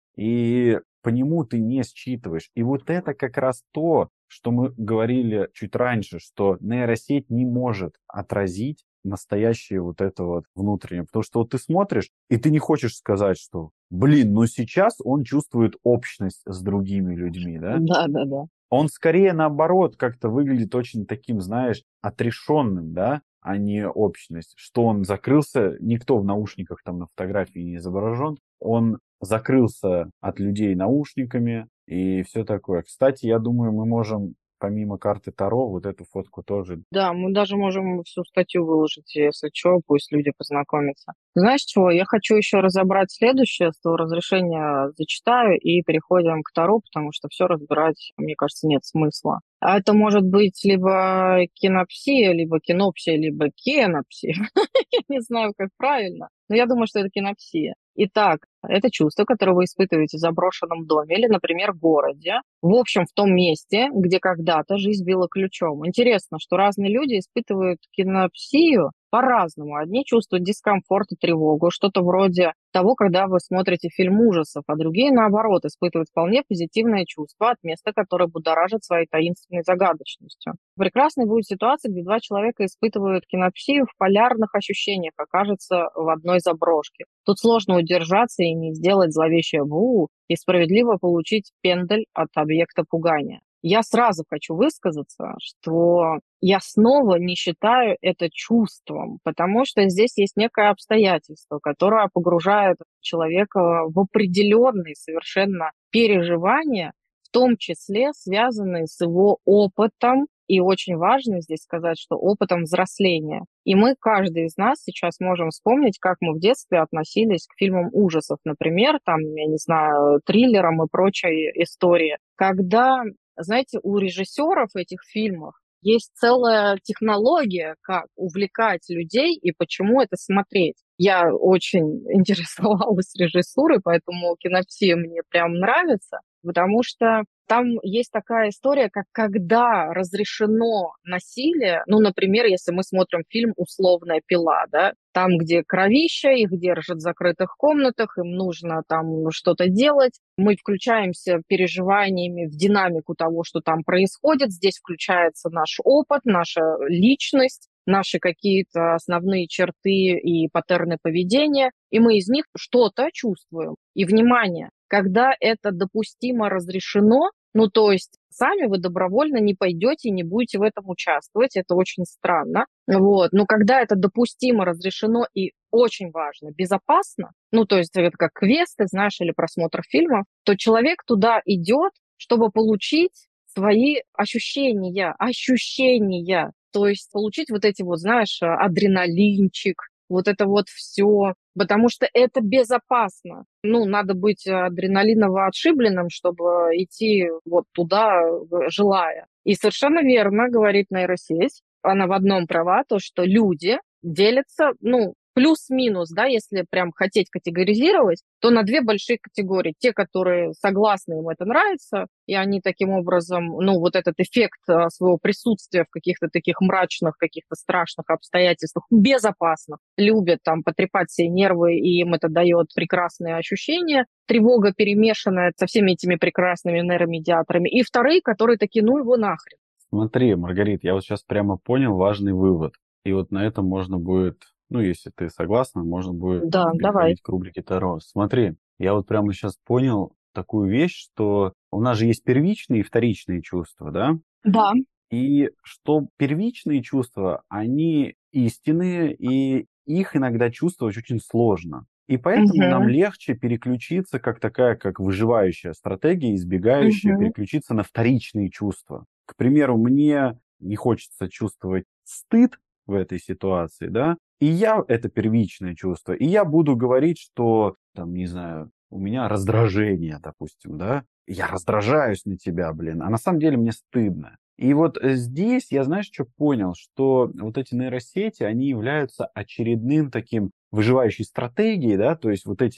И по нему ты не считываешь. И вот это как раз то, что мы говорили чуть раньше, что нейросеть не может отразить настоящее вот это вот внутреннее. Потому что вот ты смотришь, и ты не хочешь сказать, что, блин, ну сейчас он чувствует общность с другими людьми, да? Да-да-да. Он скорее наоборот как-то выглядит очень таким, знаешь, отрешенным, да, а не общность. Что он закрылся, никто в наушниках там на фотографии не изображен, он закрылся от людей наушниками и все такое. Кстати, я думаю, мы можем помимо карты Таро вот эту фотку тоже. Да, мы даже можем всю статью выложить, если что, пусть люди познакомятся. Знаешь чего, я хочу еще разобрать следующее, с твоего разрешения зачитаю и переходим к Таро, потому что все разбирать, мне кажется, нет смысла. А это может быть либо кинопсия, либо кинопсия, либо кенопсия. Я не знаю, как правильно, но я думаю, что это кинопсия. Итак, это чувство, которое вы испытываете в заброшенном доме или, например, городе, в общем, в том месте, где когда-то жизнь била ключом. Интересно, что разные люди испытывают кинопсию по-разному. Одни чувствуют дискомфорт и тревогу, что-то вроде того, когда вы смотрите фильм ужасов, а другие, наоборот, испытывают вполне позитивное чувство от места, которое будоражит своей таинственной загадочностью. Прекрасной будет ситуация, где два человека испытывают кинопсию в полярных ощущениях, окажется в одной заброшке. Тут сложно удержаться и не сделать зловещее «бу» и справедливо получить пендель от объекта пугания. Я сразу хочу высказаться, что я снова не считаю это чувством, потому что здесь есть некое обстоятельство, которое погружает человека в определенные совершенно переживания, в том числе связанные с его опытом. И очень важно здесь сказать, что опытом взросления. И мы, каждый из нас сейчас можем вспомнить, как мы в детстве относились к фильмам ужасов, например, там, я не знаю, триллерам и прочей истории. Когда, знаете, у режиссеров этих фильмов есть целая технология, как увлекать людей и почему это смотреть. Я очень интересовалась режиссурой, поэтому кинопсия мне прям нравится, потому что там есть такая история, как когда разрешено насилие, ну, например, если мы смотрим фильм «Условная пила», да, там, где кровища, их держат в закрытых комнатах, им нужно там что-то делать, мы включаемся переживаниями в динамику того, что там происходит, здесь включается наш опыт, наша личность, наши какие-то основные черты и паттерны поведения, и мы из них что-то чувствуем. И, внимание, когда это допустимо, разрешено, ну, то есть сами вы добровольно не пойдете, не будете в этом участвовать, это очень странно, вот, но когда это допустимо, разрешено и очень важно, безопасно, ну, то есть это как квесты, знаешь, или просмотр фильмов, то человек туда идет, чтобы получить свои ощущения, ощущения, то есть получить вот эти вот, знаешь, адреналинчик, вот это вот все, потому что это безопасно. Ну, надо быть адреналиново отшибленным, чтобы идти вот туда, желая. И совершенно верно говорит нейросеть, она в одном права, то, что люди делятся, ну, плюс-минус, да, если прям хотеть категоризировать, то на две большие категории. Те, которые согласны, им это нравится, и они таким образом, ну, вот этот эффект своего присутствия в каких-то таких мрачных, каких-то страшных обстоятельствах, безопасных, любят там потрепать себе нервы, и им это дает прекрасные ощущения. Тревога перемешанная со всеми этими прекрасными нейромедиаторами. И вторые, которые такие, ну его нахрен. Смотри, Маргарит, я вот сейчас прямо понял важный вывод. И вот на этом можно будет, ну, если ты согласна, можно будет Да, давай. переходить к рубрике Таро. Смотри, я вот прямо сейчас понял такую вещь, что у нас же есть первичные и вторичные чувства, да? Да. И что первичные чувства, они истинные, и их иногда чувствовать очень сложно. И поэтому Угу. нам легче переключиться, как такая, как выживающая стратегия, избегающая, Угу. переключиться на вторичные чувства. К примеру, мне не хочется чувствовать стыд в этой ситуации, да, и я, это первичное чувство, и я буду говорить, что, там, не знаю, у меня раздражение, допустим, да, я раздражаюсь на тебя, блин, а на самом деле мне стыдно. И вот здесь я, знаешь, что понял, что вот эти нейросети, они являются очередным таким выживающей стратегией, да, то есть вот этими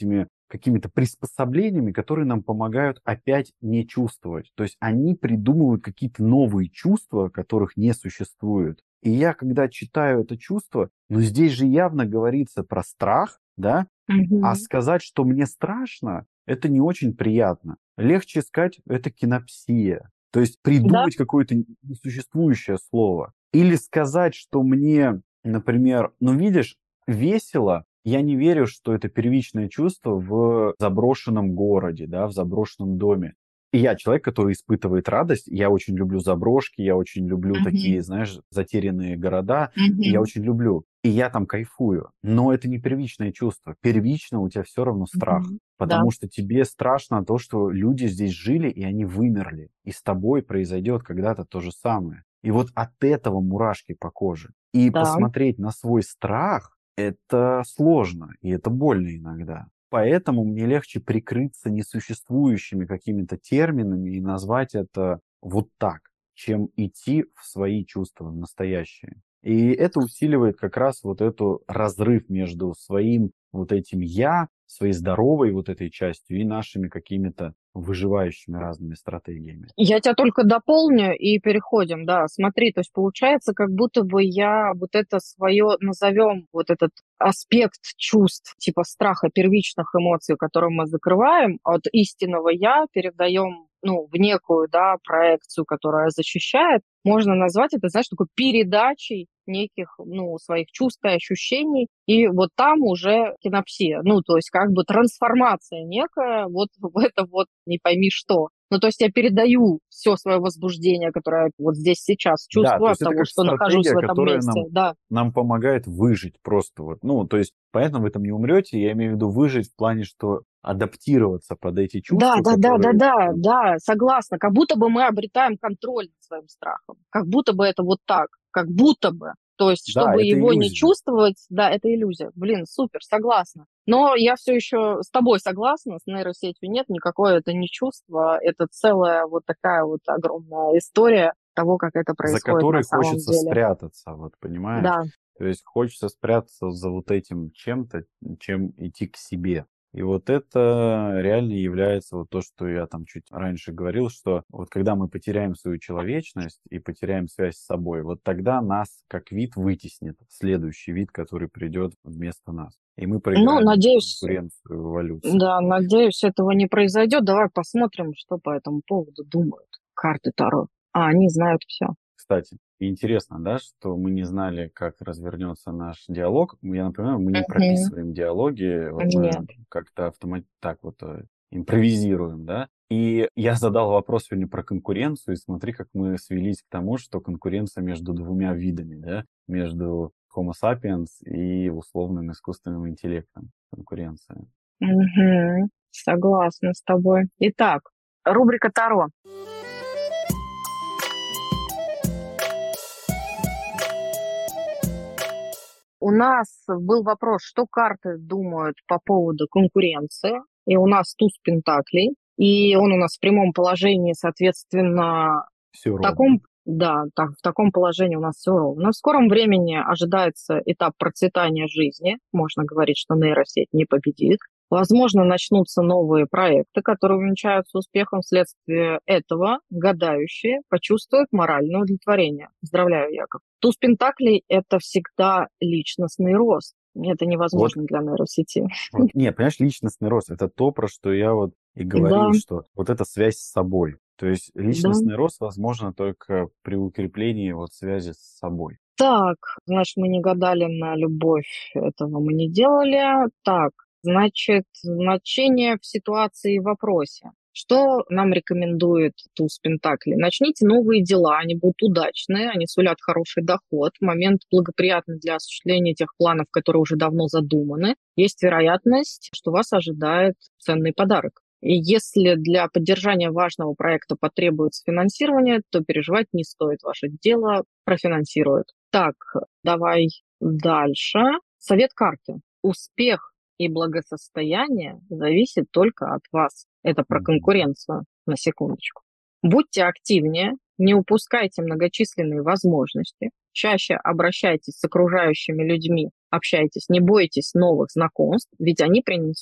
какими-то приспособлениями, которые нам помогают опять не чувствовать. То есть они придумывают какие-то новые чувства, которых не существует. И я, когда читаю это чувство, ну здесь же явно говорится про страх, да, а Мгм. сказать, что мне страшно, это не очень приятно. Легче сказать, это кинопсия. То есть Да. придумать какое-то несуществующее слово. Или сказать, что мне, например, ну видишь, весело, я не верю, что это первичное чувство в заброшенном городе, да, в заброшенном доме. И я человек, который испытывает радость. Я очень люблю заброшки, я очень люблю Мгм. такие, знаешь, затерянные города. Я Мгм. очень люблю. И я там кайфую. Но это не первичное чувство. Первично у тебя все равно страх. Мгм. Да. Потому что тебе страшно то, что люди здесь жили, и они вымерли. И с тобой произойдет когда-то то же самое. И вот от этого мурашки по коже. И Да. посмотреть на свой страх, это сложно, и это больно иногда. Поэтому мне легче прикрыться несуществующими какими-то терминами и назвать это вот так, чем идти в свои чувства настоящие. И это усиливает как раз вот эту разрыв между своим вот этим «я», своей здоровой вот этой частью и нашими какими-то выживающими разными стратегиями. Я тебя только дополню и переходим, да. Смотри, то есть получается, как будто бы я вот это свое, назовем вот этот аспект чувств, типа страха, первичных эмоций, которые мы закрываем, от истинного я передаем, ну, в некую, да, проекцию, которая защищает, можно назвать это, знаешь, такой передачей неких, ну, своих чувств и ощущений, и вот там уже кинопсия, ну, то есть как бы трансформация некая вот в это вот не пойми что. Ну, то есть я передаю все свое возбуждение, которое вот здесь сейчас Да, то чувствую от есть это того, как что нахожусь стратегия, в этом которая месте. нам, Да, нам помогает выжить просто вот. Ну, то есть, понятно, вы там не умрете, я имею в виду выжить в плане, что адаптироваться под эти да, чувства, да, да, да, которые да, там, да, согласна. Как будто бы мы обретаем контроль над своим страхом. Как будто бы это вот так. Как будто бы. То есть, да, чтобы это его не иллюзия. чувствовать, да, это иллюзия. Блин, супер, согласна. Но я все еще с тобой согласна, с нейросетью нет, никакое это не чувство, это целая вот такая вот огромная история того, как это За происходит на которой самом хочется деле. спрятаться, вот понимаешь? Да. То есть хочется спрятаться за вот этим чем-то, чем идти к себе. И вот это реально является вот то, что я там чуть раньше говорил, что вот когда мы потеряем свою человечность и потеряем связь с собой, вот тогда нас как вид вытеснит следующий вид, который придет вместо нас. И мы Ну, проиграем эту надеюсь, конкуренцию в эволюции. да, надеюсь, этого не произойдет. Давай посмотрим, что по этому поводу думают карты Таро. А они знают все. Кстати, интересно, да, что мы не знали, как развернется наш диалог. Я напоминаю, мы не Мгм. прописываем диалоги, вот Нет. мы как-то автомат так вот э, импровизируем, да. И я задал вопрос сегодня про конкуренцию, и смотри, как мы свелись к тому, что конкуренция между двумя видами, да, между Homo sapiens и условным искусственным интеллектом конкуренция. Мгм. Согласна с тобой. Итак, рубрика Таро. У нас был вопрос, что карты думают по поводу конкуренции. И у нас туз пентаклей. И он у нас в прямом положении, соответственно, Все в ровно. таком, да, так, в таком положении у нас все ровно. В скором времени ожидается этап процветания жизни. Можно говорить, что нейросеть не победит. Возможно, начнутся новые проекты, которые увенчаются успехом. Вследствие этого гадающие почувствуют моральное удовлетворение. Поздравляю, Яков. Туз Пентаклей – это всегда личностный рост. Это Вот невозможно для нейросети. Вот, не, понимаешь, личностный рост — это то, про что я вот и Да, говорил, что вот эта связь с собой. То есть да. личностный рост возможно только при укреплении вот связи с собой. Так, значит, мы не гадали на любовь, этого мы не делали. Так, значит, значение в ситуации и вопросе. Что нам рекомендует туз Пентакли? Начните новые дела, они будут удачные, они сулят хороший доход, момент благоприятный для осуществления тех планов, которые уже давно задуманы. Есть вероятность, что вас ожидает ценный подарок. И если для поддержания важного проекта потребуется финансирование, то переживать не стоит, ваше дело профинансируют. Так, давай дальше. Совет карты. Успех и благосостояние зависит только от вас. Это про Мгм. конкуренцию, на секундочку. Будьте активнее, не упускайте многочисленные возможности, чаще обращайтесь с окружающими людьми, общайтесь, не бойтесь новых знакомств, ведь они принесут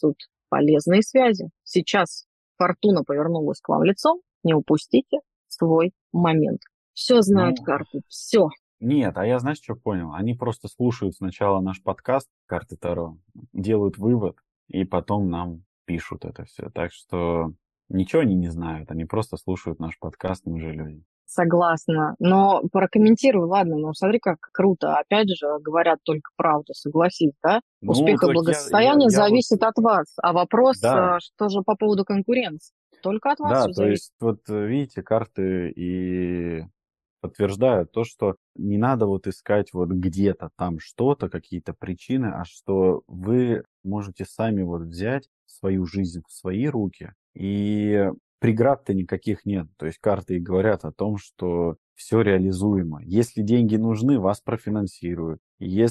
полезные связи. Сейчас фортуна повернулась к вам лицом, не упустите свой момент. Все знают Ну, карты, все. нет, а я, знаешь, что понял? Они просто слушают сначала наш подкаст «Карты Таро», делают вывод, и потом нам пишут это все. Так что ничего они не знают, они просто слушают наш подкаст, мы же люди. Согласна. Но прокомментируй, ладно, но смотри, как круто. Опять же, говорят только правду, согласись, да? Ну, Успех и так я, я, благосостояние я вот, зависит от вас. А вопрос, да, а, что же по поводу конкуренции? Только от вас да, все то зависит. есть вот э, видите, карты и подтверждают то, что не надо вот искать вот где-то там что-то, какие-то причины, а что вы можете сами вот взять свою жизнь в свои руки, и преград-то никаких нет. То есть карты и говорят о том, что все реализуемо. Если деньги нужны, вас профинансируют.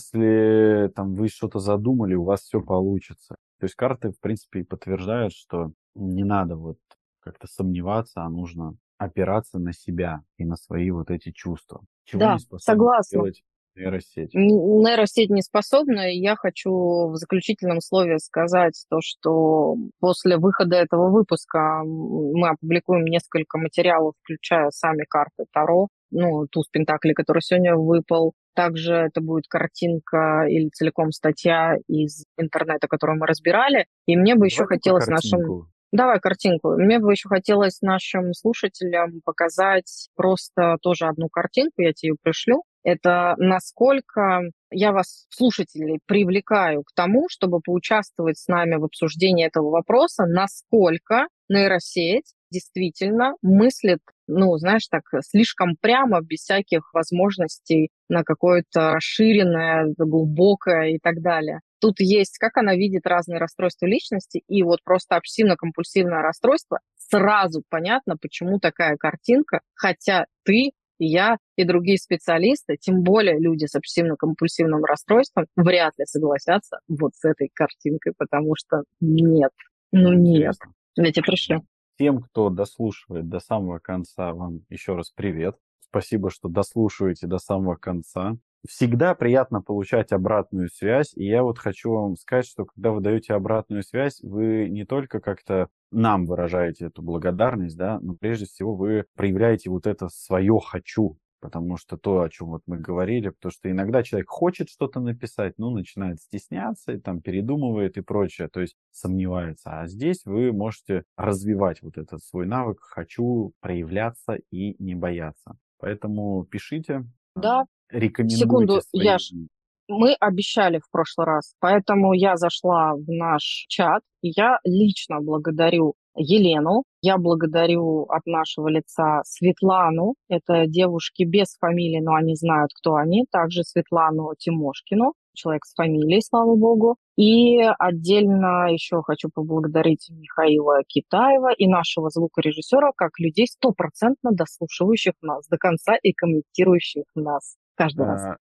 Если там вы что-то задумали, у вас все получится. То есть карты, в принципе, и подтверждают, что не надо вот как-то сомневаться, а нужно опираться на себя и на свои вот эти чувства. Чего не Да, способна согласна. сделать нейросеть. Н- Нейросеть не способна, и я хочу в заключительном слове сказать то, что после выхода этого выпуска м, мы опубликуем несколько материалов, включая сами карты Таро, ну, туз Пентаклей, который сегодня выпал. Также это будет картинка или целиком статья из интернета, которую мы разбирали. И мне бы еще Давай только хотелось нашим... картинку. Давай картинку. Мне бы еще хотелось нашим слушателям показать просто тоже одну картинку, я тебе ее пришлю. Это насколько я вас, слушателей, привлекаю к тому, чтобы поучаствовать с нами в обсуждении этого вопроса, насколько нейросеть действительно мыслит, ну, знаешь, так слишком прямо, без всяких возможностей на какое-то расширенное, глубокое и так далее. Тут есть, как она видит разные расстройства личности, и вот просто обсессивно-компульсивное расстройство, сразу понятно, почему такая картинка, хотя ты и я, и другие специалисты, тем более люди с обсессивно-компульсивным расстройством, вряд ли согласятся вот с этой картинкой, потому что нет, ну нет. Интересно. Я тебе пришлю. Тем, кто дослушивает до самого конца, вам еще раз привет. Спасибо, что дослушиваете до самого конца. Всегда приятно получать обратную связь, и я вот хочу вам сказать, что когда вы даете обратную связь, вы не только как-то нам выражаете эту благодарность, да, но прежде всего вы проявляете вот это свое «хочу», потому что то, о чем вот мы говорили, потому что иногда человек хочет что-то написать, но начинает стесняться, и там передумывает и прочее, то есть сомневается. А здесь вы можете развивать вот этот свой навык «хочу», проявляться и не бояться. Поэтому пишите, Да, рекомендуйте секунду, своим. Яш, мы обещали в прошлый раз, поэтому я зашла в наш чат, и я лично благодарю Елену, я благодарю от нашего лица Светлану, это девушки без фамилии, но они знают, кто они, также Светлану Тимошкину, человек с фамилией, слава богу. И отдельно еще хочу поблагодарить Михаила Китаева и нашего звукорежиссера, как людей стопроцентно дослушивающих нас до конца и комментирующих нас каждый раз. А,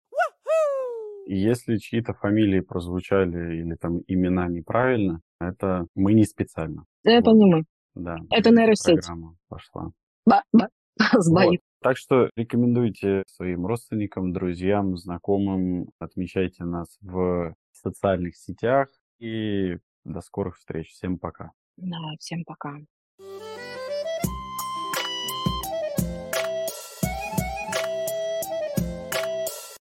Если чьи-то фамилии прозвучали или там имена неправильно, это мы не специально. Это Вот, не мы, да, это эта нейросеть. программа пошла. Ба-ба. Вот. Сбоит. Так что рекомендуйте своим родственникам, друзьям, знакомым, отмечайте нас в социальных сетях и до скорых встреч. Всем пока. Да, всем пока.